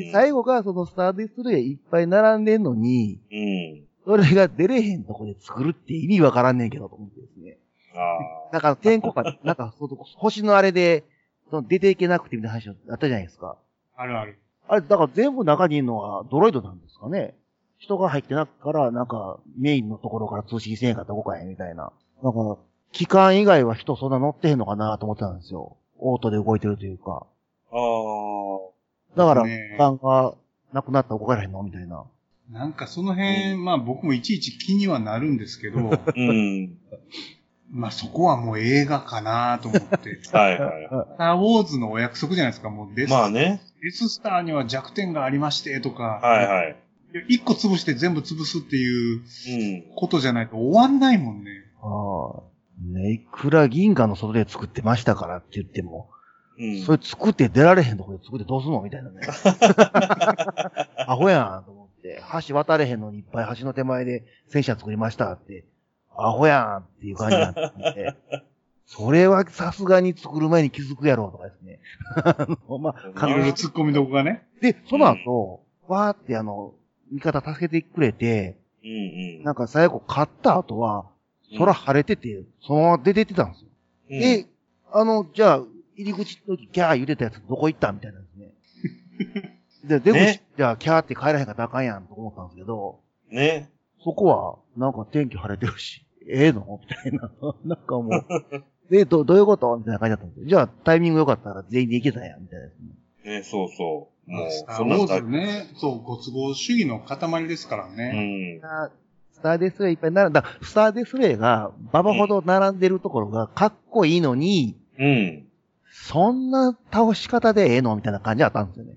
で最後がそのスターデストロイヤーいっぱい並んでんのに、 うん。 それが出れへんとこで作るって意味わからんねんけどと思ってですね。 ああ。 なんか天候か、なんかその星のあれで、その出ていけなくてみたいな話あったじゃないですか。 あるある。 あれ、だから全部中にいるのはドロイドなんですかね。人が入ってなくから、なんか、メインのところから通信せんかったら動かへんみたいな。なんか、機関以外は人そんな乗ってへんのかなと思ってたんですよ。オートで動いてるというか。 ああ。 だから、機関がなくなったら動かれへんのみたいな。 なんかその辺、うん、まあ僕もいちいち気にはなるんですけど、 うん。 まあそこはもう映画かなと思って。 はいはい。 スターウォーズのお約束じゃないですか、もうデス。 まあね。 デススターには弱点がありましてとか。 はいはい。 一個潰して全部潰すっていうことじゃないと終わんないもんね。 ああ。ね、いくら銀河の外で作ってましたからって言っても、うん、それ作って出られへんとこで作ってどうすんのみたいなね。アホやんと思って、橋渡れへんのにいっぱい橋の手前で戦車作りましたって、アホやんっていう感じになってて、それはさすがに作る前に気づくやろうとかですね。あの、まあ、 いろいろ突っ込みどこがね。 で、その後、うん、わーってあの、味方助けてくれて、 うんうん、 なんか最後勝った後は、空晴れてて、そのまま出てってたんですよ。うん、で、あの、じゃあ、入り口の時キャー言うてたやつどこ行ったみたいなんですね。で、出口、ね、じゃあキャーって帰らへんかったらあかんやんと思ったんですけど、 ね。 そこは、なんか天気晴れてるし、ええー、のみたいな。なんかもう、で、ど、どういうことみたいな感じだったんですよ。じゃあタイミング良かったら全員で行けたんや、みたいなですね。 ね、そうそう。もう、 スターウォーズね、そう、ご都合主義の塊ですからね。 うん。 スターデスレイいっぱい並んだ。スターデスレイが、ババほど並んでるところがかっこいいのに、 うん。 そんな倒し方でええのみたいな感じだったんですよね。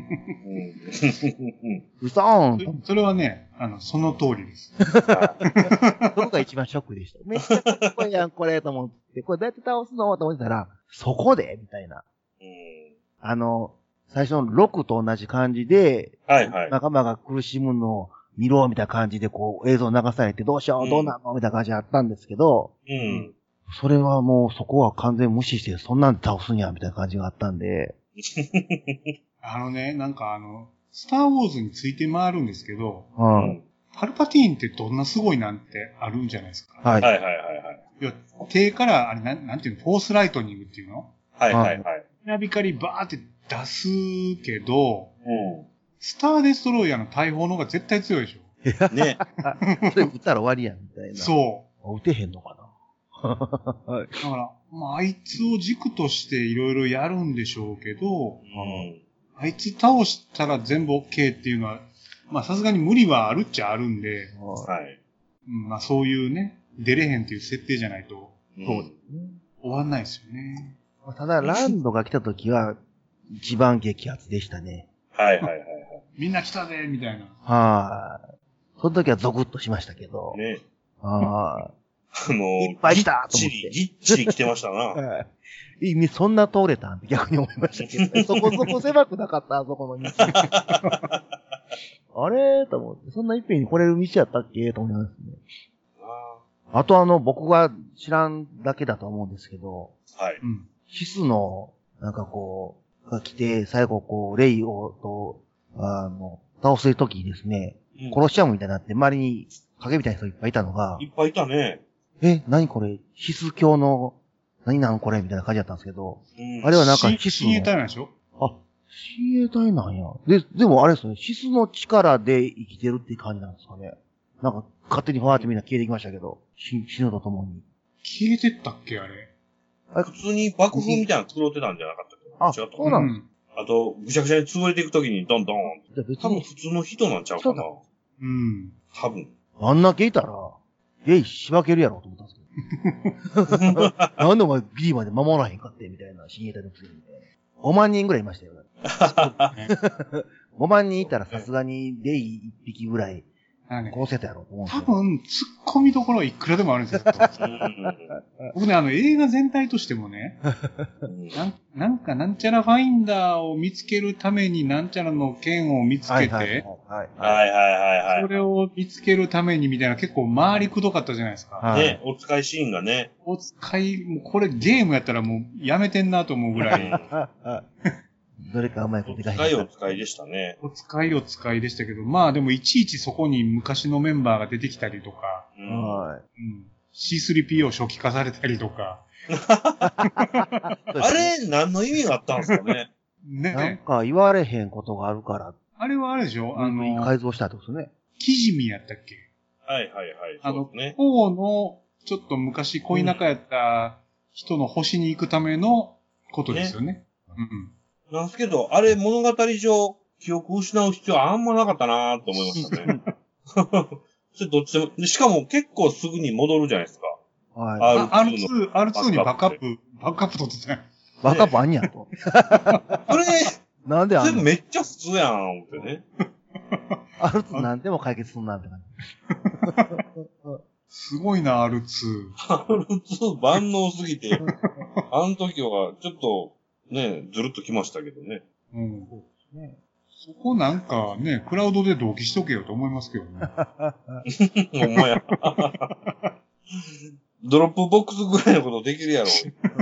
うそーんと。 それはね、あの、その通りです。 そこが一番ショックでした。めっちゃかっこいいやん、これ、と思って。これどうやって倒すのと思ってたら、そこでみたいな。 うん、 あの、最初のろくと同じ感じで、 はいはい。 仲間が苦しむのを見ろ、みたいな感じで、こう、映像流されて、どうしよう、どうなんの、みたいな感じだったんですけど、 うん。 それはもう、そこは完全無視して、そんなんで倒すんや、みたいな感じがあったんで。 あのね、なんかあの、スターウォーズについて回るんですけど、 うん。 パルパティーンってどんなすごいなんてあるんじゃないですか。 はい。 はいはいはいはい。 いや、手から、あれ、なん、なんていうの、フォースライトニングっていうの？ はいはいはい。 稲光バーって出すけど、 うん。 スターデストロイヤーの大砲の方が絶対強いでしょ。 ね。 それ撃ったら終わりやん、みたいな。 そう。 撃てへんのかなはい。 だから、まあ、あいつを軸としていろいろやるんでしょうけど、 うん。 あいつ倒したら全部 OK っていうのは、まあ、さすがに無理はあるっちゃあるんで、 はい。 うん、まあ、そういうね、出れへんっていう設定じゃないと、 うんそうですね。 終わんないですよね。 ただ、ランドが来た時は、一番激アツでしたね。 はいはいはいはみんな来たぜみたいな。 はい。その時はゾクッとしましたけど。 い。ね。 はあの、 いっぱい来たとぎっちり、 思って。 ぎっちり来てましたな。 はい。意味そんな通れたんって逆に思いましたけど、ね、そこそこ狭くなかった、あそこの道。あれと思って、そんないっぺんに来れる道やったっけと思いますね。ああとあの、僕が知らんだけだと思うんですけど、 はい。 うん。 シスの、なんかこう、が来て、最後こう、レイを、と、あの、倒すときにですね、 うん殺しちゃうみたいになって、周りに影みたいな人いっぱいいたのが、 いっぱいいたね。 え、何これシス教の、何なんこれみたいな感じだったんですけど、 うん。 あれはなんかしシス親衛隊の、 なんでしょ？ あ、親衛隊なんや。で、でもあれですね、シスの力で生きてるっていう感じなんですかね。なんか、勝手にファーってみんな消えていきましたけど、死死ぬとともに。 消えてったっけあれ。 普通に爆風みたいなの作ろうてたんじゃなかったっあ、 け？違ったそうなんです。 あと、ぐしゃぐしゃに潰れていくときにドンドン。 じゃあ別に、 多分普通の人なんちゃうかな。 うん。 多分。 あんだけいたら、えい、しばけるやろと思ったんですけど。なんでお前 ビー まで守らへんかって、みたいな、親衛隊のくせに。ごまん人ぐらいいましたよ。ごまん人いたらさすがにレイいっぴきぐらい殺せたやろと思うんです多けど。 分、突っ込みどころはいくらでもあるんですよ。僕ね、あの、映画全体としてもね、なんなんか、なんちゃらファインダーを見つけるために、なんちゃらの剣を見つけて、 はいはいはいはいはいはいはい。 それを見つけるためにみたいな結構回りくどかったじゃないですか。 はいね、お使いシーンがね。 お使い、もうこれゲームやったらもうやめてんなと思うぐらい、 どれかうまいこといかへんお使いお使いでしたね。 お使いお使いでしたけど、まあでもいちいちそこに昔のメンバーが出てきたりとか、 うん、 はい。 うん、シースリーピーオー 初期化されたりとか。 あれ、何の意味があったんですかね。 ね。 なんか言われへんことがあるから、 あれはあれでしょあの、 改造したってことですね。 キジミやったっけはいはいはい。 あの、 そうですね。 王の、ちょっと昔恋仲やった人の星に行くためのことですよね。うんなんですけど、あれ物語上、記憶を失う必要はあんまなかったなーって思いましたね。それどっちでも、でしかも結構すぐに戻るじゃないですか。 はい。 あ アールツー、アールツー にバックアップ、バックアップ取ってたよ。 バカップあんやと。 それ、 なんであんのそれめっちゃ普通やん、思ってね。 アールツー なんでも解決すんなんて感じ。 すごいな、アールツー。 アールツー 万能すぎて、あの時はちょっとね、ずるっときましたけどね。 うん。ね、そこなんかね、クラウドで同期しとけよと思いますけどね。 ほんまや。ドロップボックスぐらいのことできるやろ。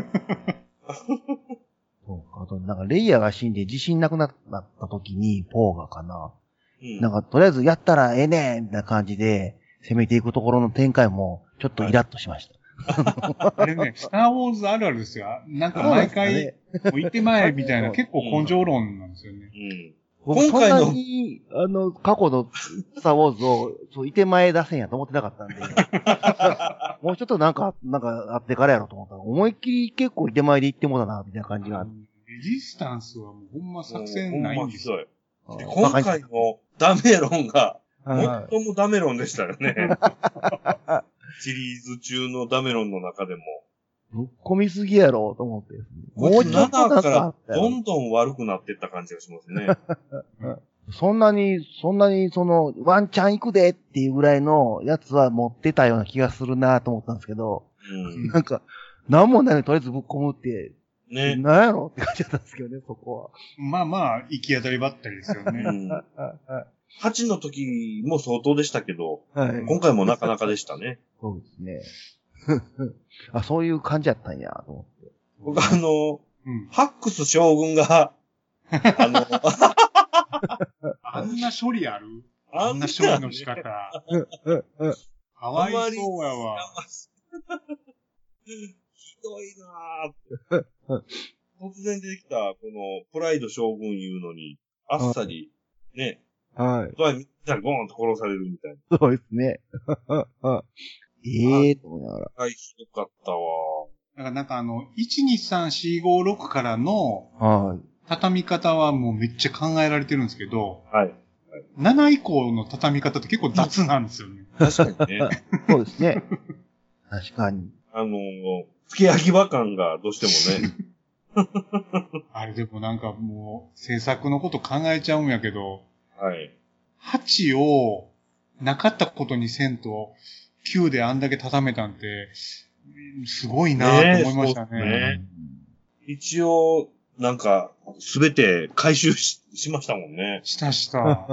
そうか。あと、なんか、レイヤーが死んで自信なくなった時に、ポーガかな。うん、なんか、とりあえずやったらええねんみたいな感じで、攻めていくところの展開も、ちょっとイラッとしました。 はい、あれね、スターウォーズあるあるですよ。なんか毎回、ね、もう行ってまえみたいな、結構根性論なんですよね。 うん。僕、今回のそんなに、あの、過去のスターウォーズを、そう、いてまえ出せんやと思ってなかったんで、もうちょっとなんか、なんか、あってからやろと思ったら、思いっきり結構いてまえで行ってもだな、みたいな感じが。 レジスタンスはもうほんま作戦ないんですよ。 今回のダメロンが、最もダメロンでしたよね。シリーズ中のダメロンの中でも。 ぶっ込みすぎやろと思ってですね。 もうちょっとななからどんどん悪くなっていった感じがしますね。 そんなに、そんなに、その、ワンチャン行くでっていうぐらいのやつは持ってたような気がするなと思ったんですけど、うん、なんか、なんもないのにとりあえずぶっ込むって、ね。なんやろって感じだったんですけどね、そこは。 まあまあ、行き当たりばったりですよね。うんはちの時も相当でしたけど、はい、今回もなかなかでしたね。 そうですね。あ、そういう感じやったんや、と思って。 僕あの、うん、ハックス将軍が、あの、 あんな処理あるあんな処理の仕方。かわいそうやわ。 ひどいなぁ。突然出てきた、この、プライド将軍言うのに、あっさり、ね。 はい。 それみんなゴーンと殺されるみたいな。 そうですね。 ええー、と思いながら。 はい、ひどかったわ。 だからなんかあの、いち、に、さん、よん、ご、ろくからの、 はい。 畳み方はもうめっちゃ考えられてるんですけど、 はい。 なな以降の畳み方って結構雑なんですよね。 確かにね。 そうですね。確かに。 あのー、付け焼き場感がどうしてもね。 あれでもなんかもう、制作のこと考えちゃうんやけど、 はい。 はちをなかったことにせんと、きゅうであんだけ畳めたんて、すごいなぁと思いましたね。 ね一応、なんか、すべて回収 し, しましたもんね。 したした。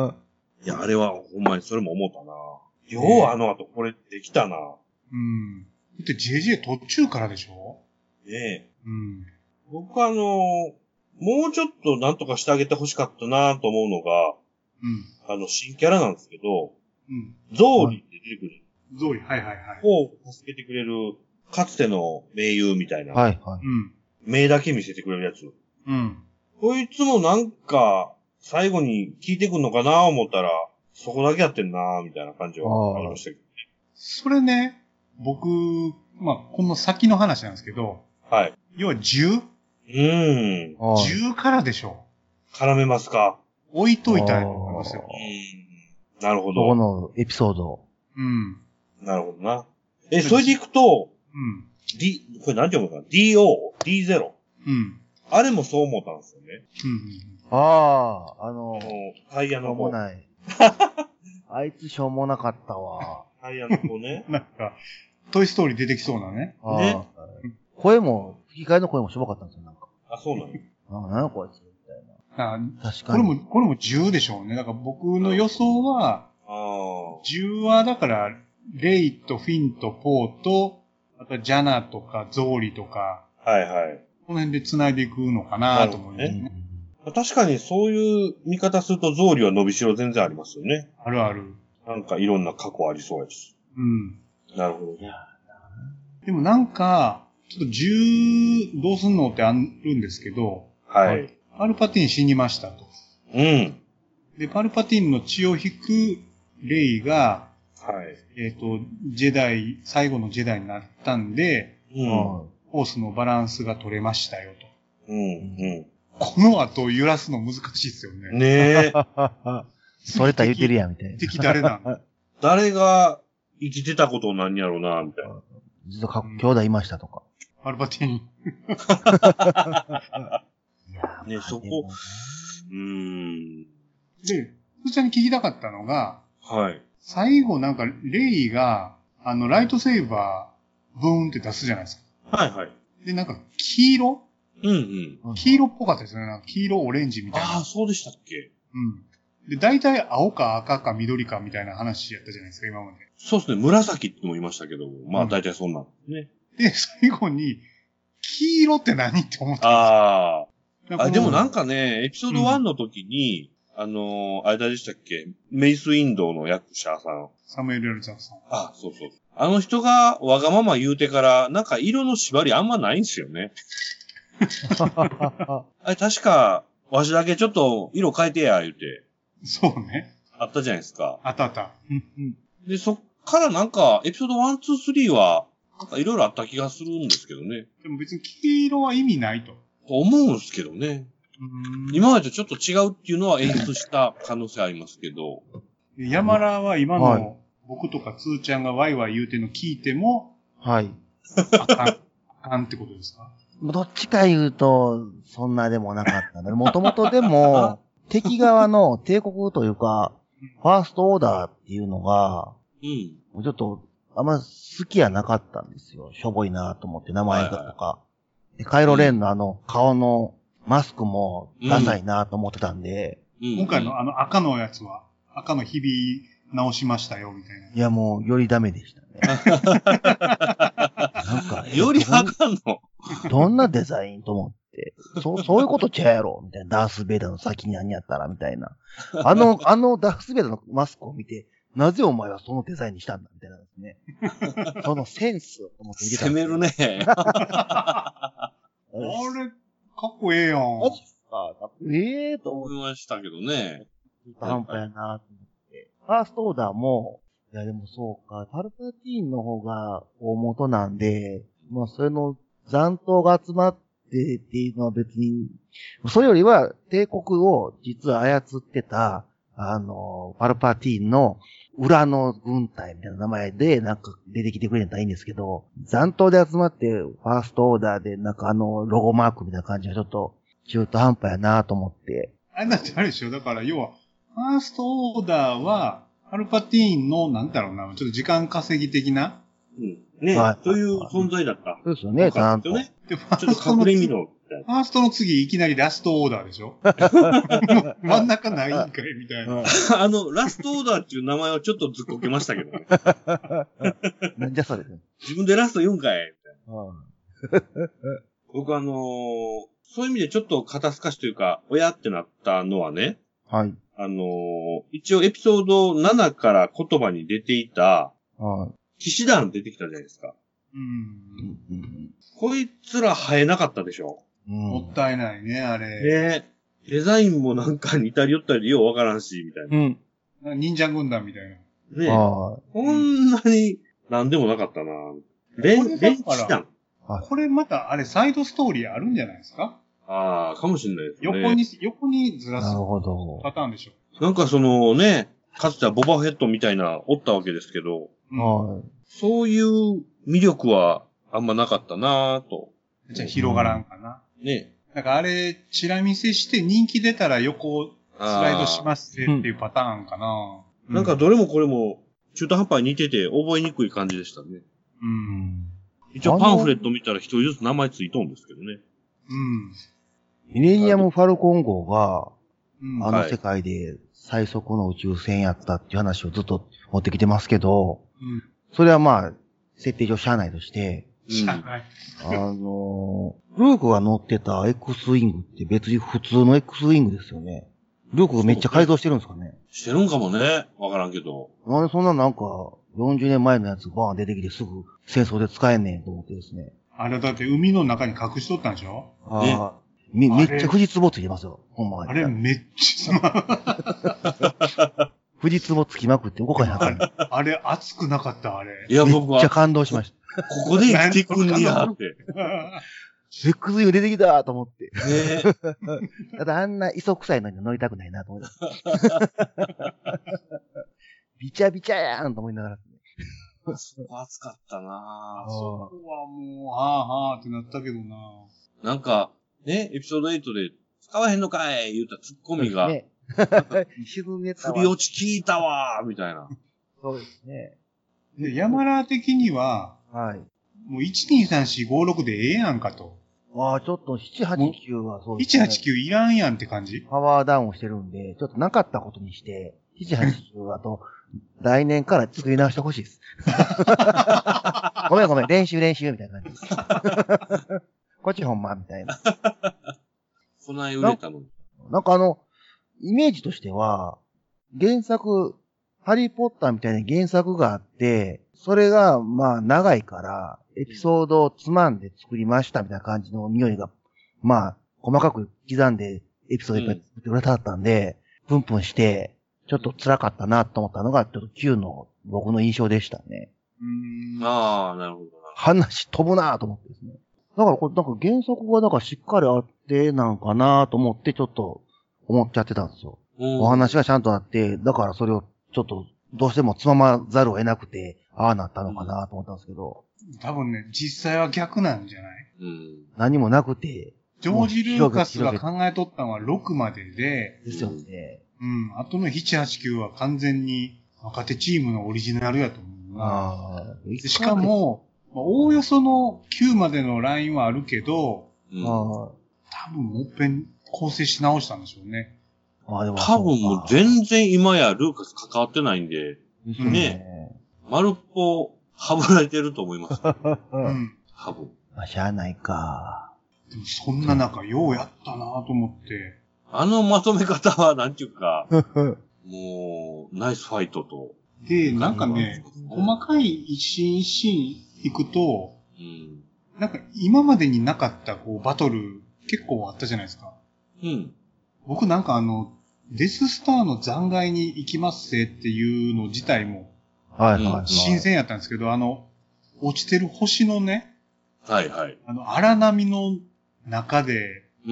いや、あれはほんまにそれも思ったな。ようあの後これできたな。 うん。だって ジェージェー 途中からでしょ？ ねえ。 うん。 僕あのー、もうちょっとなんとかしてあげてほしかったなと思うのが、 うん。 あの、新キャラなんですけど、 うん。 ゾーリって出てくる。 ゾーリ、はいはいはい。 を助けてくれる、かつての盟友みたいな。 はいはい。 うん。 目だけ見せてくれるやつ。 うん。 こいつもなんか、最後に聞いてくんのかな思ったら、そこだけやってんなみたいな感じはありましたけどね。 それね、僕、まあ、この先の話なんですけど、 はい。 要はじゅう？ うーん。 はいじゅうからでしょ。 絡めますか。 置いといたいと思いますよ。 うーん。なるほそこど。 のエピソード。 うん。 なるほどな。え、それでいくと、 うん。 D、これ何て読むのかな ?ディーオー、ディーゼロ。 うん。 あれもそう思ったんですよね。 うん。 ああ、あの、 あの、タイヤしょの子。 うもない。あいつしょうもなかったわ。 タイヤの子ね。 なんか、トイストーリー出てきそうなね。 あーね声も、吹き替えの声もしょぼかったんですよ、なんか。 あ、そうなのあ、なんやこいつみたいあな。確かに。 これも、これもじゅうでしょうね。だから僕の予想は、 ああ。 じゅうはだから、レイとフィンとポーと、あとジャナとかゾーリとか、 はいはい。 この辺で繋いでいくのかなと思いますうんね。 確かにそういう見方すると、ゾーリは伸びしろ全然ありますよね。 あるある。 なんかいろんな過去ありそうやし。 うん。 なるほどね。 でもなんか、ちょっとじゅうどうすんのってあるんですけど、 はい。 パルパティン死にましたと。 うん。 で、パルパティンの血を引くレイが、 はい。 えっ、と、ジェダイ、最後のジェダイになったんで、 うん。 はフォースのバランスが取れましたよと。 うん。 この後揺らすの難しいですよね。 うん。ねえ。 い。それたら言ってるやん、みたいな。 敵誰なんだ誰が生きてたことなんやろうな、みたいな。 実はか兄弟いましたとか。 パルパティン。 いやねそこうーん。 で、ふーちゃんに聞きたかったのが、 はい。 最後なんかレイが、あの、ライトセーバー、ブーンって出すじゃないですか。 はいはい。 で、なんか黄色うんうん。 黄色っぽかったですよね。なんか黄色、オレンジみたいな。 ああ、そうでしたっけ。 うん。で、大体青か赤か緑かみたいな話やったじゃないですか、今まで。 そうですね。紫っても言いましたけど、まあ大体そんなんですね。 で、最後に、黄色って何って思ったあんですよ。 あ。あ、でもなんか、 かね、エピソードワンの時に、うん、あのー、あれ誰でしたっけメイスウィンドウの役者さん。 サムエル・エル・ジャクソン。 あ、そうそう。あの人がわがまま言うてから、なんか色の縛りあんまないんですよね。あれ確か、わしだけちょっと色変えてや、言うて。 そうね。 あったじゃないですか。 あったあった。 で、そっからなんか、エピソードワン、ツー、スリーは、なんかいろいろあった気がするんですけどね。 でも別に黄色は意味ないと。 と思うんですけどね。今までとちょっと違うっていうのは演出した可能性ありますけど。 山田は今はいの僕とかつーちゃんがワイワイ言うてんの聞いても、 はい。 あかん、あかんってことですか？ どっちか言うと、そんなでもなかったんだ。もともとでも、敵側の帝国というか、ファーストオーダーっていうのが、 うん。 ちょっと、あんま好きやなかったんですよ。しょぼいなと思って、名前がとか。でカイロレンのあの、顔のマスクもダサいなと思ってたんで。 うん、 今回のあの赤のやつは、赤の日々直しましたよ、みたいな。 いや、もう、よりダメでしたね。なんか、 よりあかんのどんなデザインと思って。そう、そういうことちゃうやろみたいな。ダース・ベイダーの先に何やったらみたいな。あの、あのダース・ベイダーのマスクを見て、なぜお前はそのデザインにしたんだみたいなですね。そのセンスを思って見てた。 攻めるね。 あれ、かっこええやん。 あええー、と思っ思いましたけどね。 て、半端やなと思って。ファーストオーダーも、 いや、でもそうか。パルパティーンの方が大元なんで、まあ、それの残党が集まってっていうのは別に、それよりは帝国を実は操ってた、あの、パルパティーンの裏の軍隊みたいな名前でなんか出てきてくれたらいいんですけど、残党で集まってファーストオーダーでなんかあのロゴマークみたいな感じがちょっと中途半端やなと思って。 あれだってあれでしょだから要は、ファーストオーダーは、パルパティーンの、なんだろうな、ちょっと時間稼ぎ的な。 うん。ね、はい、という存在だった。 そうですよね、ちゃんと。 ね、ちょっと隠れみろ。 ファーストの次、いきなりラストオーダーでしょ真ん中ないんかいみたいな。 あの、ラストオーダーっていう名前をちょっとずっこけましたけどね。 なんじゃそれ。 自分でラスト言うんかいみたいな。僕あのー、そういう意味でちょっと肩透かしというか、親ってなったのはね。 はい。 あのー、一応エピソードななから言葉に出ていた、はい。騎士団出てきたじゃないですか。 うん。 こいつら生えなかったでしょ。 うん、もったいないね、あれ。 ねデザインもなんか似たり寄ったりでようわからんし、みたいな。 うん。忍者軍団みたいな。 ねえ。こんなになんでもなかったな。レン、レン騎団。 これまた、あれ、サイドストーリーあるんじゃないですか？ ああ、かもしれないですね。 横に、横にずらすなるほどパターンでしょ。 なんかそのね、かつてはボバフェットみたいな、おったわけですけど、 はい。 そういう魅力はあんまなかったなぁと。 じゃあ広がらんかな。 うん、ね。 なんかあれ、チラ見せして人気出たら横スライドしますねっていうパターンかな。 うん、なんかどれもこれも中途半端に似てて覚えにくい感じでしたね。 うん。 一応パンフレット見たら一人ずつ名前ついとんですけどね。 うん。 ミレニアム・ファルコン号が、うん、あの世界で最速の宇宙船やったっていう話をずっと持ってきてますけど、うん、それはまあ、設定上しゃあないとして、 しゃあない。 あのー、ルークが乗ってた X ウィングって別に普通の X ウィングですよね。ルークがめっちゃ改造してるんですかね。 してるんかもね。わからんけど。 なんでそんななんか、よんじゅうねんまえのやつバーン出てきてすぐ戦争で使えんねんと思ってですね。 あれだって海の中に隠しとったんでしょ？ ああ。め、めっちゃ富士壺ついてますよ。ほんまに。 あれめっちゃ。富士壺つきまくって動かへんかった。 あれ熱くなかったあれ。 いや僕は。 めっちゃ感動しました。 ここで生きてくんねやって。 エックスユー 出てきたと思って。 ねただあんな磯臭いのに乗りたくないなと思って。ビチャビチャやんと思いながら。 そこ熱かったなぁ。そこはもう、はぁはぁってなったけどなぁ。 なんか、ね、エピソードはちで、使わへんのかい言うたツッコミが、 ね、沈めたわ。 振り落ち聞いたわみたいな。 そうですね。 で、山田的には、 はい。 もういちにさんしごろくでええやんかと。 ああ、ちょっとななはちきゅうはそうですね。 いちはちきゅういらんやんって感じ？ パワーダウンしてるんで、ちょっとなかったことにして、ななはちきゅうあと、来年から作り直してほしいです。ごめんごめん、練習練習みたいな感じ。こっちほんまみたいな。 そない売れたのに。 なんかあの、イメージとしては、原作、ハリーポッターみたいな原作があって、それがまあ長いから、エピソードをつまんで作りましたみたいな感じの匂いが、まあ、細かく刻んでエピソードいっぱい作ってくれたかったんで、プンプンして、ちょっと辛かったなと思ったのが、ちょっときゅうの僕の印象でしたね。 うーん。ああ、なるほど。 話飛ぶなと思ってですね。だからこれ、なんか原則がなんかしっかりあってなんかなと思って、ちょっと思っちゃってたんですよ。お話がちゃんとあって、だからそれをちょっとどうしてもつままざるを得なくて、ああなったのかなと思ったんですけど。 多分ね、実際は逆なんじゃない？ うん。 何もなくて。 ジョージ・ルーカスが考えとったのはろくまでで、 ですよね。 うん。あとのななはちきゅうは完全に若手チームのオリジナルやと思うな。 あでしかも、まあ、おおよそのきゅうまでのラインはあるけど、 うん、あ多分もっぺん構成し直したんでしょうね。 あでも多分もう全然今やルーカス関わってないんで、 ね、 ね、丸っぽはぶられてると思います。 うん。 多分。 まあ、しゃあないか。 でもそんな中、ようやったなと思って。 あのまとめ方は、なんていうか、もう、ナイスファイトと。 で、なんかね、細かい一シーン一シーン行くと、 うん、 なんか今までになかったこうバトル結構あったじゃないですか。 うん。 僕なんかあの、デススターの残骸に行きますぜっていうの自体も、 はいはい、はい。 新鮮やったんですけど、あの、落ちてる星のね、 はいはい。 あの、荒波の中で、 うん。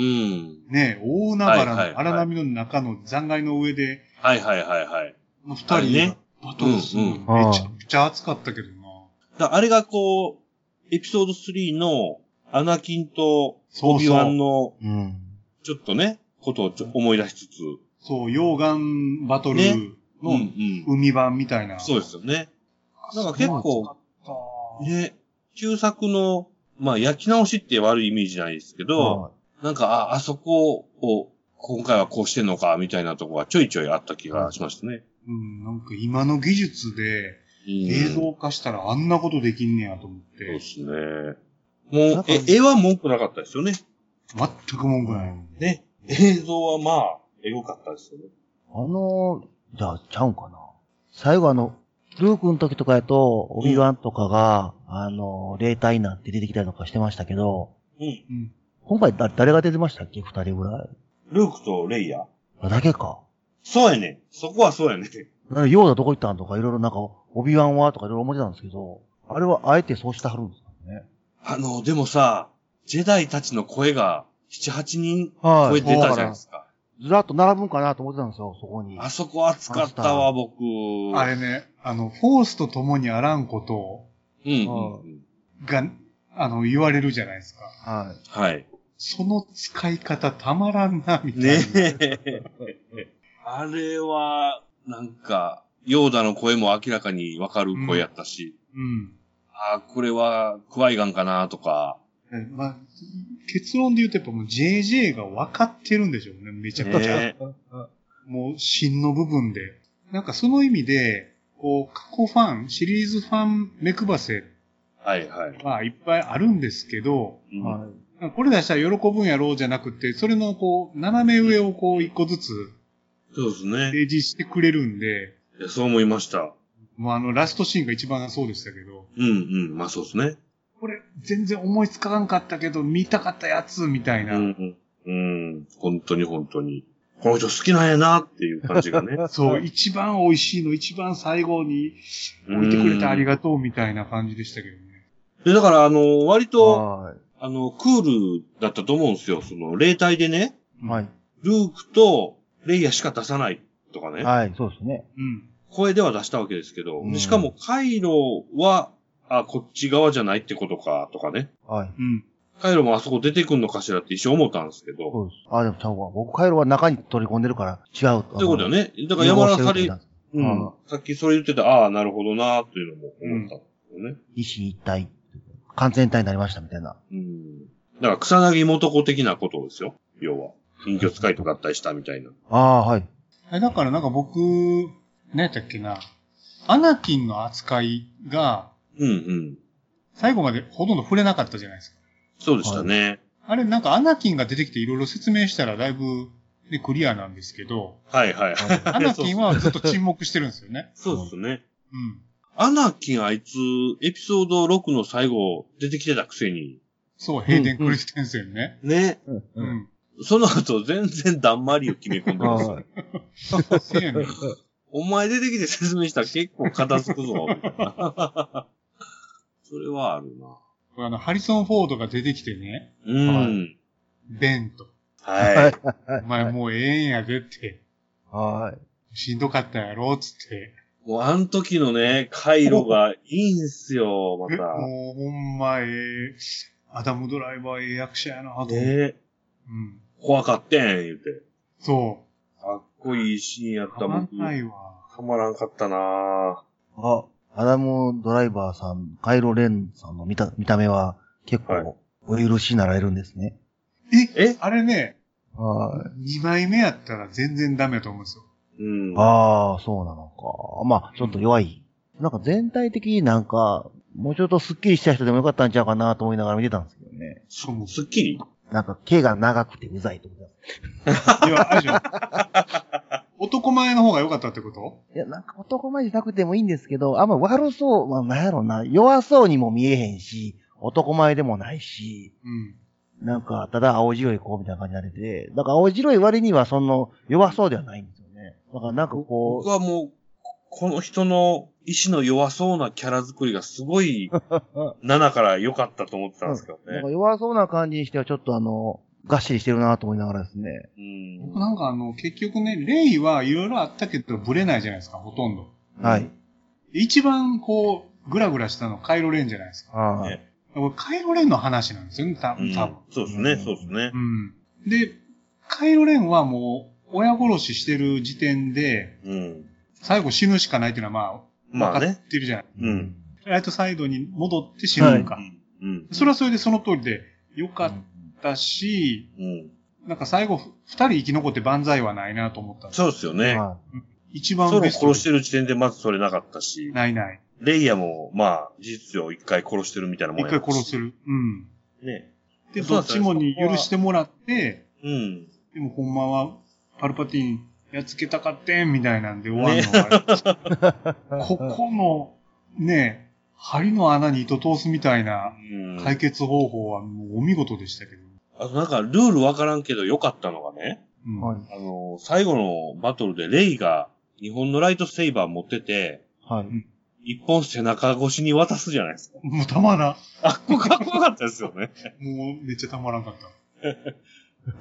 ね、大海原の荒波の中の残骸の上で、 はいはいはいはい。 二人ね、バトルするのめちゃくちゃ熱かったけどな。 だあれがこう、エピソードスリーのアナキンとオビワンの、ちょっとね、ことをちょ思い出しつつ。 そう、溶岩バトルの海版みたいな。 そうですよね。なんか結構、ね、旧作の、まあ焼き直しって悪いイメージないですけど、なんか、あ、あそこを今回はこうしてんのか、みたいなところがちょいちょいあった気がしましたね。 うん、なんか今の技術で映像化したらあんなことできんねやと思って。 そうですね。もう、え、絵は文句なかったですよね。 全く文句ない。 ね。映像はまあ、エゴかったですよね。 あの、じゃあ、ちゃうんかな。最後あの、ルークの時とかやと、オビワンとかが、うん、あの、霊体になって出てきたりとかしてましたけど、うん。今回だ誰が出てましたっけ二人ぐらい。 ルークとレイヤーだけか。 そうやね。そこはそうやね。 ヨーダどこ行ったんとかいろいろなんか、オビワンはとかいろいろ思ってたんですけど、あれはあえてそうしてはるんですかね。 あの、でもさ、ジェダイたちの声が七八人声出たじゃないですか。はい、 ずらっと並ぶんかなと思ってたんですよ、そこに。 あそこ熱かったわ、僕。 あれね、あの、フォースと共にあらんことを、うん、うん。が、あの、言われるじゃないですか。 はい。 はい。 その使い方たまらんな、みたいな。 ねえ。あれは、なんか、ヨーダの声も明らかにわかる声やったし。うん。うん、あ、これは、クワイガンかなとか。 まあ、結論で言うとやっぱもう ジェージェー が分かってるんでしょうね、めちゃくちゃ。ね、もう芯の部分で。なんかその意味で、こう、過去ファン、シリーズファン目配せ。 はいはい。 まあいっぱいあるんですけど、うんはい、これ出したら喜ぶんやろうじゃなくて、それのこう、斜め上をこう一個ずつ、 そうですね。 提示してくれるんで。 いや、そう思いました。 もうあの、ラストシーンが一番そうでしたけど。 うんうん、まあそうですね。 これ、全然思いつかんかったけど、見たかったやつ、みたいな。 うん、うん。うん。本当に本当に。この人好きなんやなっていう感じがね。 そう、一番美味しいの、一番最後に置いてくれてありがとう、みたいな感じでしたけどね。 で、だから、あの、割と、あの、クールだったと思うんですよ。その、霊体でね。 はい。 ルークとレイヤしか出さないとかね。 はい、そうですね。 うん。声では出したわけですけど。うん、しかも、カイロは、あ、こっち側じゃないってことか、とかね。 はい。 うん。カイロもあそこ出てくんのかしらって一瞬思ったんですけど。 そうです。あ、でもちゃうわ。僕カイロは中に取り込んでるから違うと。 そういうことよね。だから山田さり、うん。さっきそれ言ってた、ああ、なるほどな、というのも思ったんですよね。 一心一体。完全体になりましたみたいな。 うん。だから草薙元子的なことですよ。要は。隠居使いと合体したみたいな。 ああ、はい。 え、だからなんか僕、何やったっけな。アナキンの扱いが、 うんうん。 最後までほとんど触れなかったじゃないですか。 そうでしたね。はい、 あれなんかアナキンが出てきていろいろ説明したらだいぶ、ね、クリアなんですけど。 はいはいはい。 アナキンはずっと沈黙してるんですよね。 そうですね。 うん。 アナキンあいつ、エピソードろくの最後出てきてたくせに。 そう、ヘイデン・クリステンセンね。 うんうん、ね。 うん。 その後全然だんまりを決め込んでます。 せやねん。 お前出てきて説明したら結構片付くぞ。それはあるな。 あの、ハリソン・フォードが出てきてね。 うん。 ベンと。 はい。 お前もうええんやでって。 はい。 しんどかったやろ、つって。 もうあの時のね、回路がいいんすよ、また。 もうほんまええ。アダム・ドライバーええ役者やな、と思って。 ねうん。怖かってん、言うて。 そう。 かっこいいシーンやったもん。 たまらんないわ。 たまらんかったなぁ。 あ、アダム・ドライバーさん、カイロ・レンさんの見た、見た目は結構お許しになられるんですね。 はい、ええあれね、 はい。 にまいめやったら全然ダメだと思うんですよ。 うん。 ああ、そうなのか。まあ、ちょっと弱い。うん、なんか全体的になんか、もうちょっとスッキリした人でもよかったんちゃうかなと思いながら見てたんですけどね。 そう、もうスッキリなんか毛が長くてうざいと思っていや、あれでしょ。男前の方が良かったってこと？ いや、なんか男前じゃなくてもいいんですけど、あんま悪そう、まあなんやろな、弱そうにも見えへんし、男前でもないし、うん。なんか、ただ青白い子みたいな感じになってて、だから青白い割にはその弱そうではないんですよね。だからなんかこう。 僕はもう、 この人の意志の弱そうなキャラ作りがすごい、ななから良かったと思ってたんですけどね。 なんか弱そうな感じにしてはちょっとあの、がっしりしてるなと思いながらですね。 うん、僕なんかあの、結局ね、レイはいろいろあったけど、ブレないじゃないですか、ほとんど。 はい。 一番こう、グラグラしたのはカイロレンじゃないですか。 はい。 ね、カイロレンの話なんですよね、多分。うん、 そうですね、そうですね。 うん。で、カイロレンはもう、親殺ししてる時点で、うん、最後死ぬしかないっていうのはまあ、分かってるじゃない。まあね、うん。ライトサイドに戻って死ぬのか。はい、うん。それはそれでその通りでよかったし、うん、なんか最後、二人生き残って万歳はないなと思ったんです。 そうですよね。 一番ベスト。ソロ殺してる時点でまずそれなかったし。 ないない。 レイヤも、まあ、事実上一回殺してるみたいなもんや一回殺してる。うん。 ね。 で、どっちもに許してもらって、うん。でもほんまは、パルパティーンやっつけたかってんみたいなんで終わるのが、ね、ここの、ね、針の穴に糸通すみたいな解決方法はもうお見事でしたけど。 あとなんかルールわからんけど良かったのがね、うん、あの、最後のバトルでレイが日本のライトセイバー持ってて、はい。一本背中越しに渡すじゃないですか。 もうたまらん。 あ、ここかっこよかったですよね。 もうめっちゃたまらんかった。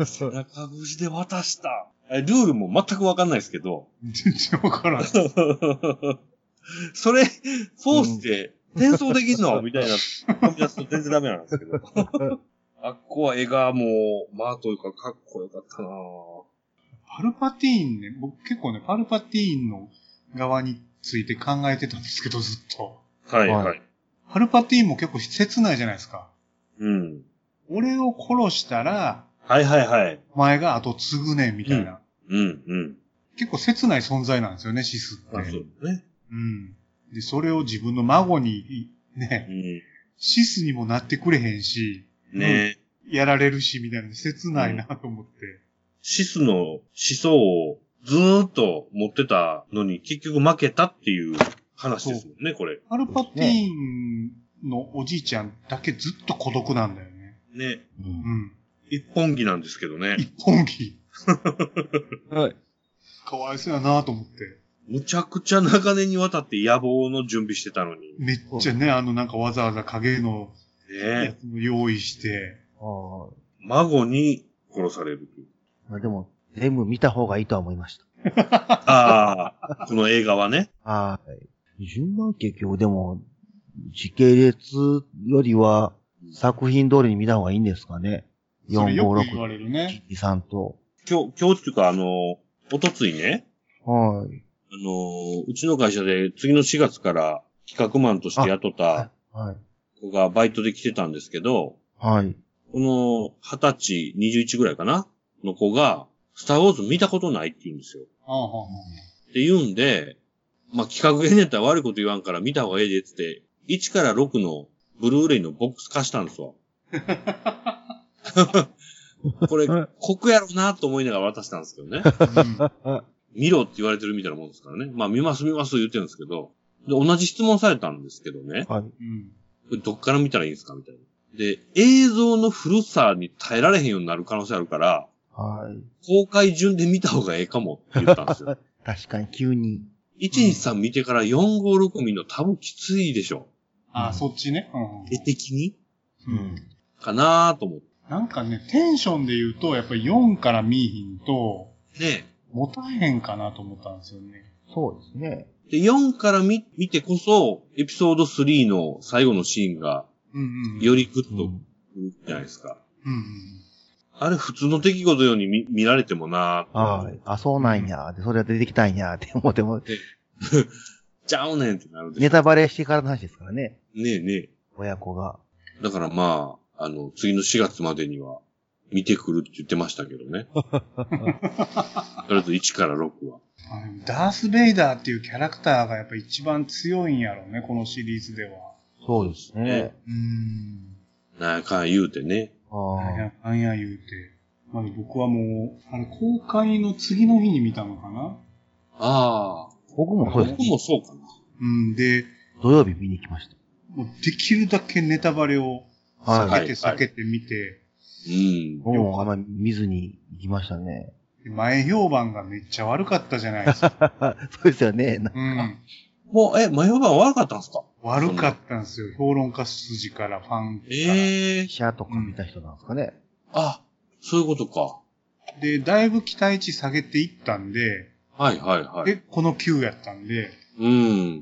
背中越しで渡した。ルールも全くわかんないですけど。 全然わからん。 それ、フォースで転送できんのみたいな、飛び出すと全然ダメなんですけど。あっこは絵がもう、まあというかかっこよかったなぁ。 パルパティーンね、僕結構ね、パルパティーンの側について考えてたんですけど、ずっと。 はいはい。 パルパティーンも結構切ないじゃないですか。 うん。 俺を殺したら、 はいはいはい。 お前が後継ぐねんみたいな。 うん、うん、うん。 結構切ない存在なんですよね、シスって。 あ、そうね。 うん。で、それを自分の孫に、ね、うん、シスにもなってくれへんし、ね、うん、やられるし、みたいな、切ないなと思って、うん。 シスの思想をずーっと持ってたのに、結局負けたっていう話ですもんね、これ。 パルパティーンのおじいちゃんだけずっと孤独なんだよね。 ね。うん。一本気なんですけどね。 一本気。はい。かわいそうやなと思って。 むちゃくちゃ長年にわたって野望の準備してたのに。 めっちゃね、あのなんかわざわざ影のやつも用意して。ね、 孫に殺されるという。 まあでも、全部見た方がいいとは思いました。 ああ、この映画はね。 はい。順番結局でも、時系列よりは作品通りに見た方がいいんですかね。 よん、ご、ろく、ね、 に、さんと。 今日、今日っていうか、あの、おとついね。 はい。 あの、うちの会社で次のしがつから企画マンとして雇った子がバイトで来てたんですけど、 はい。 このはたち、にじゅういちぐらいかなの子が、スターウォーズ見たことないって言うんですよ。 ああ、 って言うんで、まあ、企画芸人やったら悪いこと言わんから見た方がええでってって、いちからろくのブルーレイのボックス貸したんですわ。これ、酷やろなと思いながら渡したんですけどね。うん、見ろって言われてるみたいなもんですからね。まあ見ます見ます言ってるんですけど。で、同じ質問されたんですけどね。 はい。 これどっから見たらいいんですかみたいな。で、映像の古さに耐えられへんようになる可能性あるから、 はい。 公開順で見た方がええかもって言ったんですよ。 確かに急に。 いちにさん見てからよんごろく見るの多分きついでしょ。 ああ、うん、そっちね。 うん。絵的にうん。 かなぁと思って。 なんかね、テンションで言うと、やっぱりよんから見えひんと、 ね、 持たへんかなと思ったんですよね。 そうですね。 で、よんから見、見てこそ、エピソードスリーの最後のシーンが、よりグッとくるじゃないですか。 うんうん、 あれ普通の出来事ように 見, 見られてもなぁ。 はい。あ、そうなんや。で、それが出てきたんやって思っても。 ちゃうねんってなるでしょ。 ネタバレしてからの話ですからね。 ねえねえ。 親子が。 だからまあ、あの、次のしがつまでには見てくるって言ってましたけどね。とりあえずいちからろくは。 ダース・ベイダーっていうキャラクターがやっぱ一番強いんやろうね、このシリーズでは。 そうですね。 うーん。 なんやかん言うてね。 なんやかんや言うて。まあ、僕はもう、あれ公開の次の日に見たのかな？ ああ。 僕もそうです。 僕もそうかな。 うん、で、 土曜日見に来ました。 もうできるだけネタバレを避けて避けて見て、 うん。 もうあんまり見ずに行きましたね。 前評判がめっちゃ悪かったじゃないですか。 そうですよね。 うん。 もう、え、前評判悪かったんですか？ 悪かったんですよ。評論家筋からファンから。 ええー。 記者とか見た人なんですかね。 うん、あ、そういうことか。 で、だいぶ期待値下げていったんで、 はいはいはい。 で、このきゅうやったんで、 うん。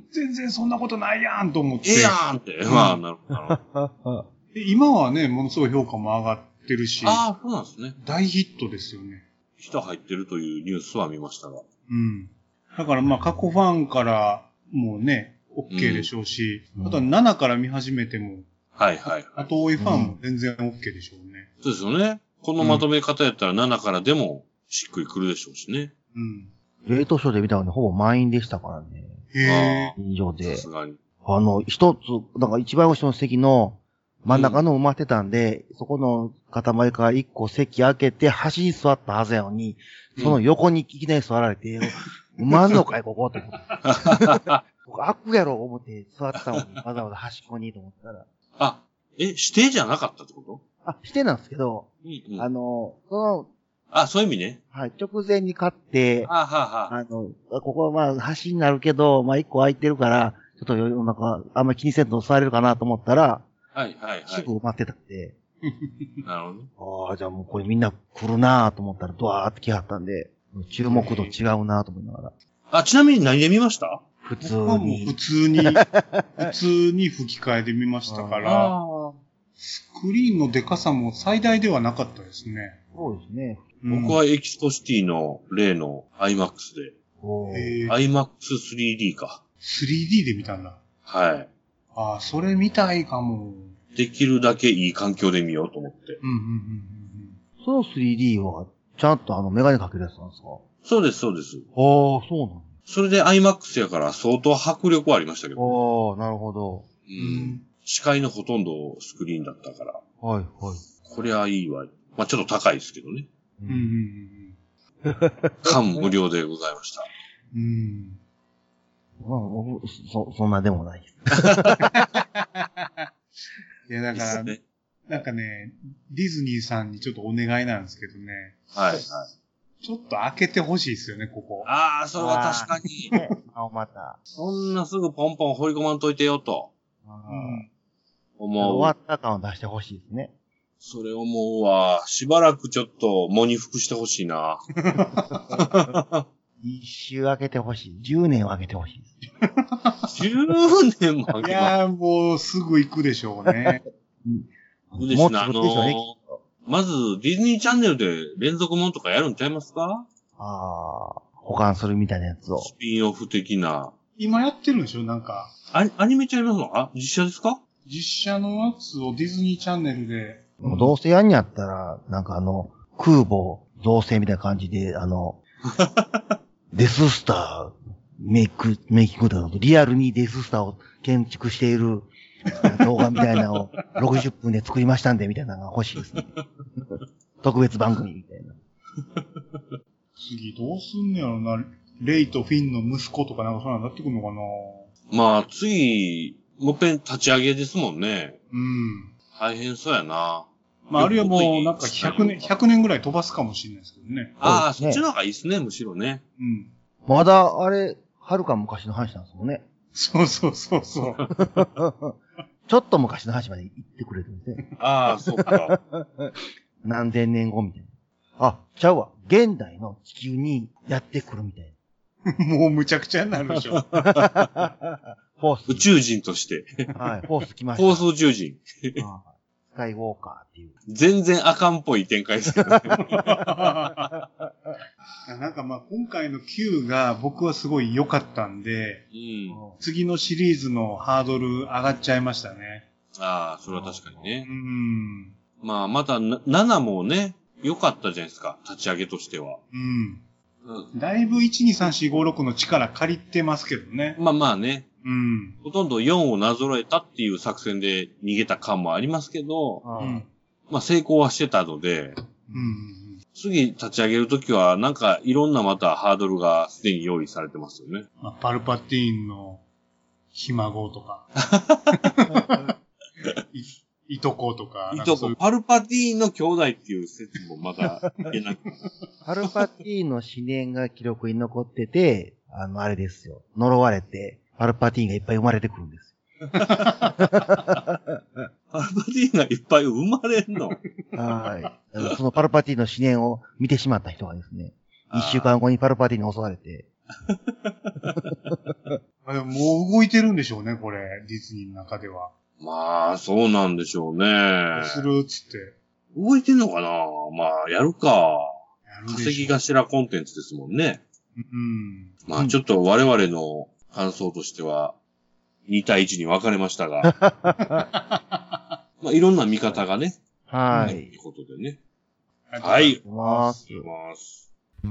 全然そんなことないやんと思って。 ええやんって。うん、まあ、なるほど。 で今はね、ものすごい評価も上がってるし。 ああ、そうなんですね。 大ヒットですよね。 人入ってるというニュースは見ましたが。 うん。だからまあ、過去ファンからもうね、OK でしょうし、うん、あとはななから見始めても、 はいはい。 後追いファンも全然 OK でしょうね。 うん、そうですよね。このまとめ方やったらななからでもしっくりくるでしょうしね。 うん。 レートショーで見たのでほぼ満員でしたからね。 へぇー。以上で。 さすがに。 あの、一つ、なんか一番後ろの席の真ん中の埋まってたんで、うん、そこの塊から一個席開けて端に座ったはずやのに、その横にいきなり座られて、埋まんのかい、ここと思って。僕、開くやろ、思って座ってたのに、わざわざ端っこにと思ったら。 あ、え、指定じゃなかったってこと？ あ、指定なんですけど、 うんうん、 あの、その、 あ、そういう意味ね。 はい、直前に買って、 あははあの、ここはまあ、端になるけど、まあ一個空いてるから、ちょっとなんか、あんまり気にせんと座れるかなと思ったら、 はいはいはい。 すぐ埋まってたんで。 なるほどね。 ああ、じゃあもうこれみんな来るなぁと思ったらドワーって来はったんで、注目度違うなぁと思いながら。 あ、ちなみに何で見ました？ 普通に。 普通に、普通に吹き替えで見ましたから、スクリーンのデカさも最大ではなかったですね。 そうですね。 僕はエキスポシティの例の アイマックス で。アイマックススリーディー か。 スリーディー で見たんだ。 はい。 ああ、それ見たいかも。 できるだけいい環境で見ようと思って。 うんうんうんうん。 その スリーディー は、ちゃんとあの、メガネかけるやつなんですか？ そうです、そうです。 ああ、そうなんだ。 それで アイマックス やから相当迫力はありましたけど、 ね。ああ、なるほど。 うん。視界のほとんどスクリーンだったから。 はい、はい。 これはいいわ。まあちょっと高いですけどね。 うんうんうん。 感無量でございました。 うん。 まあ、僕、そ、そんなでもないです。 いや、だから、ね、なんかね、ディズニーさんにちょっとお願いなんですけどね。 はい、はい。 ちょっと開けてほしいですよね、ここ。 ああ、それは確かに。 あ、また。 そんなすぐポンポン放り込まんといてよと。 うん。 思う。 終わった感を出してほしいですね。 それ思うわ。しばらくちょっと、喪に服してほしいな。 一周開けてほしい。十年を開けてほしいです。 十年も開けます。 いやー、もうすぐ行くでしょうね。 うん。ですね、あのー、まず、ディズニーチャンネルで連続もんとかやるんちゃいますか？ ああ、保管するみたいなやつを。 スピンオフ的な。 今やってるんでしょなんか。 アニ、アニメちゃいますの？あ、実写ですか？ 実写のやつをディズニーチャンネルで。 うん、どうせやんやったら、なんかあの、空母造成みたいな感じで、あの、デススター、メイク、メイキングだと、リアルにデススターを建築している動画みたいなのをろくじゅっぷんで作りましたんで、みたいなのが欲しいですね。特別番組みたいな。 次どうすんねやろな。レイとフィンの息子とかなんかそうなのなってくるのかな。 まあ、次、もっぺん立ち上げですもんね。 うん。 大変そうやな。 まあ、あるいはもう、なんかひゃくねん、ひゃくねんぐらい飛ばすかもしれないですけどね。 ああ、そっちの方がいいですね、むしろね。 うん。 まだ、あれ、はるか昔の話なんですもんね。 そうそうそうそう。 ちょっと昔の話まで言ってくれるんですね。 ああ、そっか。 何千年後みたいな。あ、ちゃうわ。現代の地球にやってくるみたいな。もうむちゃくちゃになるでしょ。フォース。 宇宙人として。 はい、フォース来ました。 フォース宇宙人。 ああスカイウォーカーっていう。 全然あかんっぽい展開ですけどね。なんかまあ今回のきゅうが僕はすごい良かったんで、うん、次のシリーズのハードル上がっちゃいましたね。 ああ、それは確かにね。 うん。 まあまたななもね、良かったじゃないですか、立ち上げとしては。 うん。うん、だいぶいち、に、さん、よん、ご、ろくの力借りてますけどね。 まあまあね。 うん。 ほとんどよんをなぞらえたっていう作戦で逃げた感もありますけど、 うん、 まあ成功はしてたので、 うん、 次立ち上げるときはなんかいろんなまたハードルがすでに用意されてますよね。 まあ、パルパティーンのひ孫とか。いいとことか。 いとこ、パルパティーンの兄弟っていう説もまだ言えなくて。 パルパティーンの思念が記録に残ってて、あの、あれですよ。呪われて、パルパティーンがいっぱい生まれてくるんですよ。 パルパティーンがいっぱい生まれんのはい。そのパルパティーンの思念を見てしまった人がですね、一週間後にパルパティーンに襲われて。 あ、でももう動いてるんでしょうね、これ。ディズニーの中では。 まあ、そうなんでしょうね。 するっつって。 動いてんのかな。まあ、やるか。 やるでしょ。 稼ぎ頭コンテンツですもんね。 うん。 まあ、ちょっと我々の感想としては、に対いちに分かれましたが。まあ、いろんな見方がね。 はい。 ということでね。 はい。ありがとうございます。 ありがとうございます。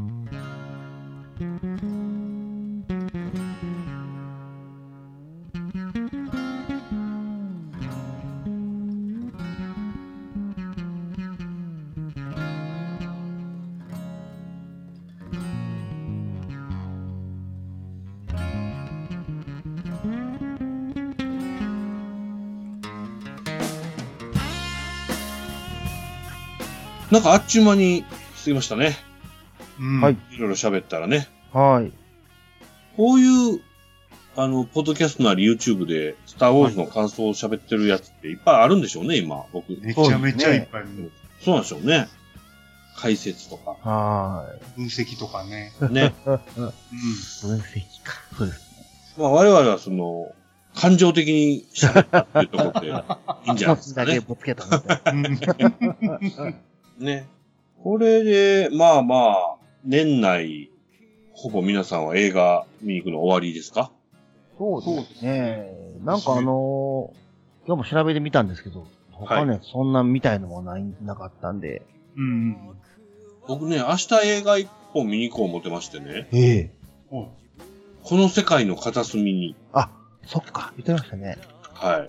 なんかあっちゅう間に過ぎましたね。 うん。 はい。 いろいろ喋ったらね。 はい。 こういう、あの、ポッドキャストなり YouTube で、スターウォーズの感想を喋ってるやつっていっぱいあるんでしょうね、今、僕。 めちゃめちゃいっぱい、ね。 そうなんでしょうね。解説とか。 はい。 分析とかね。 ね。 うん。分析か。そうですね。 まあ、我々はその、感情的に喋ったっていうところで、いいんじゃないですかね。 だけぶつけたみたいな。 ね。これで、まあまあ、年内、ほぼ皆さんは映画見に行くの終わりですか？ そうですね。なんかあのー、今日も調べてみたんですけど、他ね、はい、そんな見たいのもない、なかったんで。 うん。 僕ね、明日映画一本見に行こう思ってましてね。 ええ。 この世界の片隅に。 あ、そっか、言ってましたね。 はい。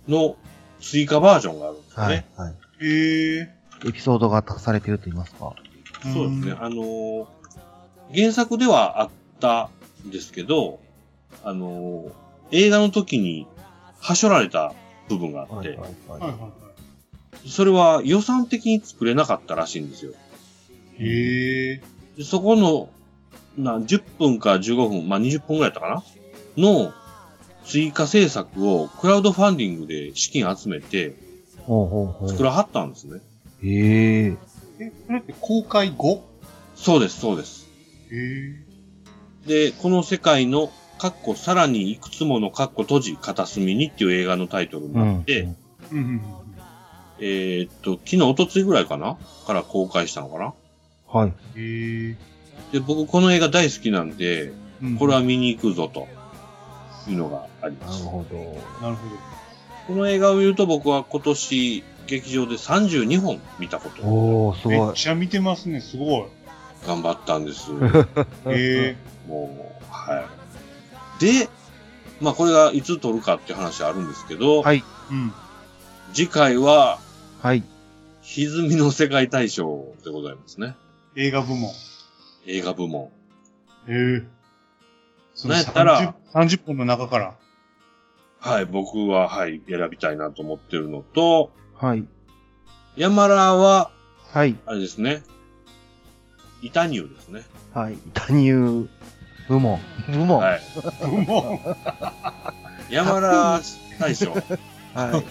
の追加バージョンがあるんですね。はい。 はい。 へえ。 エピソードが足されてると言いますか。 そうですね。あのー、原作ではあったんですけど、あのー、映画の時に、はしょられた部分があって、それは予算的に作れなかったらしいんですよ。 へえ。 でそこの、な、じゅっぷんかじゅうごふん、まあ、にじゅっぷんぐらいだったかなの追加制作をクラウドファンディングで資金集めて、作らはったんですね。 へえ。 え、それって公開後？ そうです、そうです。 へえ。で、この世界の、かっこさらにいくつものかっこ閉じ片隅にっていう映画のタイトルになって、 うんうん、 えー、っと、昨日、おとついぐらいかなから公開したのかな。 はい。 へえ。 で、僕この映画大好きなんで、うん、これは見に行くぞというのがあります。 なるほど。 なるほど。 この映画を見ると僕は今年劇場でさんじゅうにほん見たこと。 おー、すごい。 めっちゃ見てますね、すごい。 頑張ったんです。 へえ。 もう、はい。で、まあこれがいつ撮るかっていう話あるんですけど、 はい。 うん。 次回は、 はい。 歪みの世界大賞でございますね。 映画部門。 映画部門。 へえ。 なんやったら、 さんじゅっぽんの中から。 はい、僕は、はい、選びたいなと思ってるのと、 はい。 山田は、 はい。 あれですね。イタニューですね。 はい。イタニュー部門。部門。 はい。部門。 山田大賞。 はい。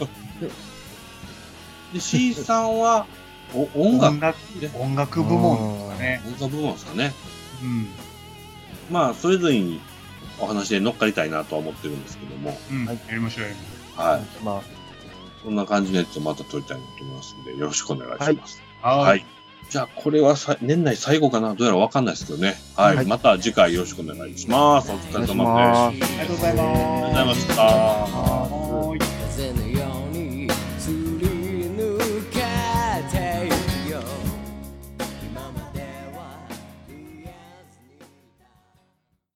で、C さんは、お、音楽、 音楽、音楽部門ですかね。 音楽部門ですかね。 うん。 まあ、それぞれにお話で乗っかりたいなとは思ってるんですけども。 うん。はい、やりましょう、やりましょう。はい。まあ、そんな感じのやつをまた撮りたいなと思いますので、よろしくお願いします。 はい。 はい。じゃあ、これはさ年内最後かなどうやらわかんないですけどね。はい。はい、また次回よろしくお願いします。お疲れ様です。 ありがとうございます。 ありがとうございました。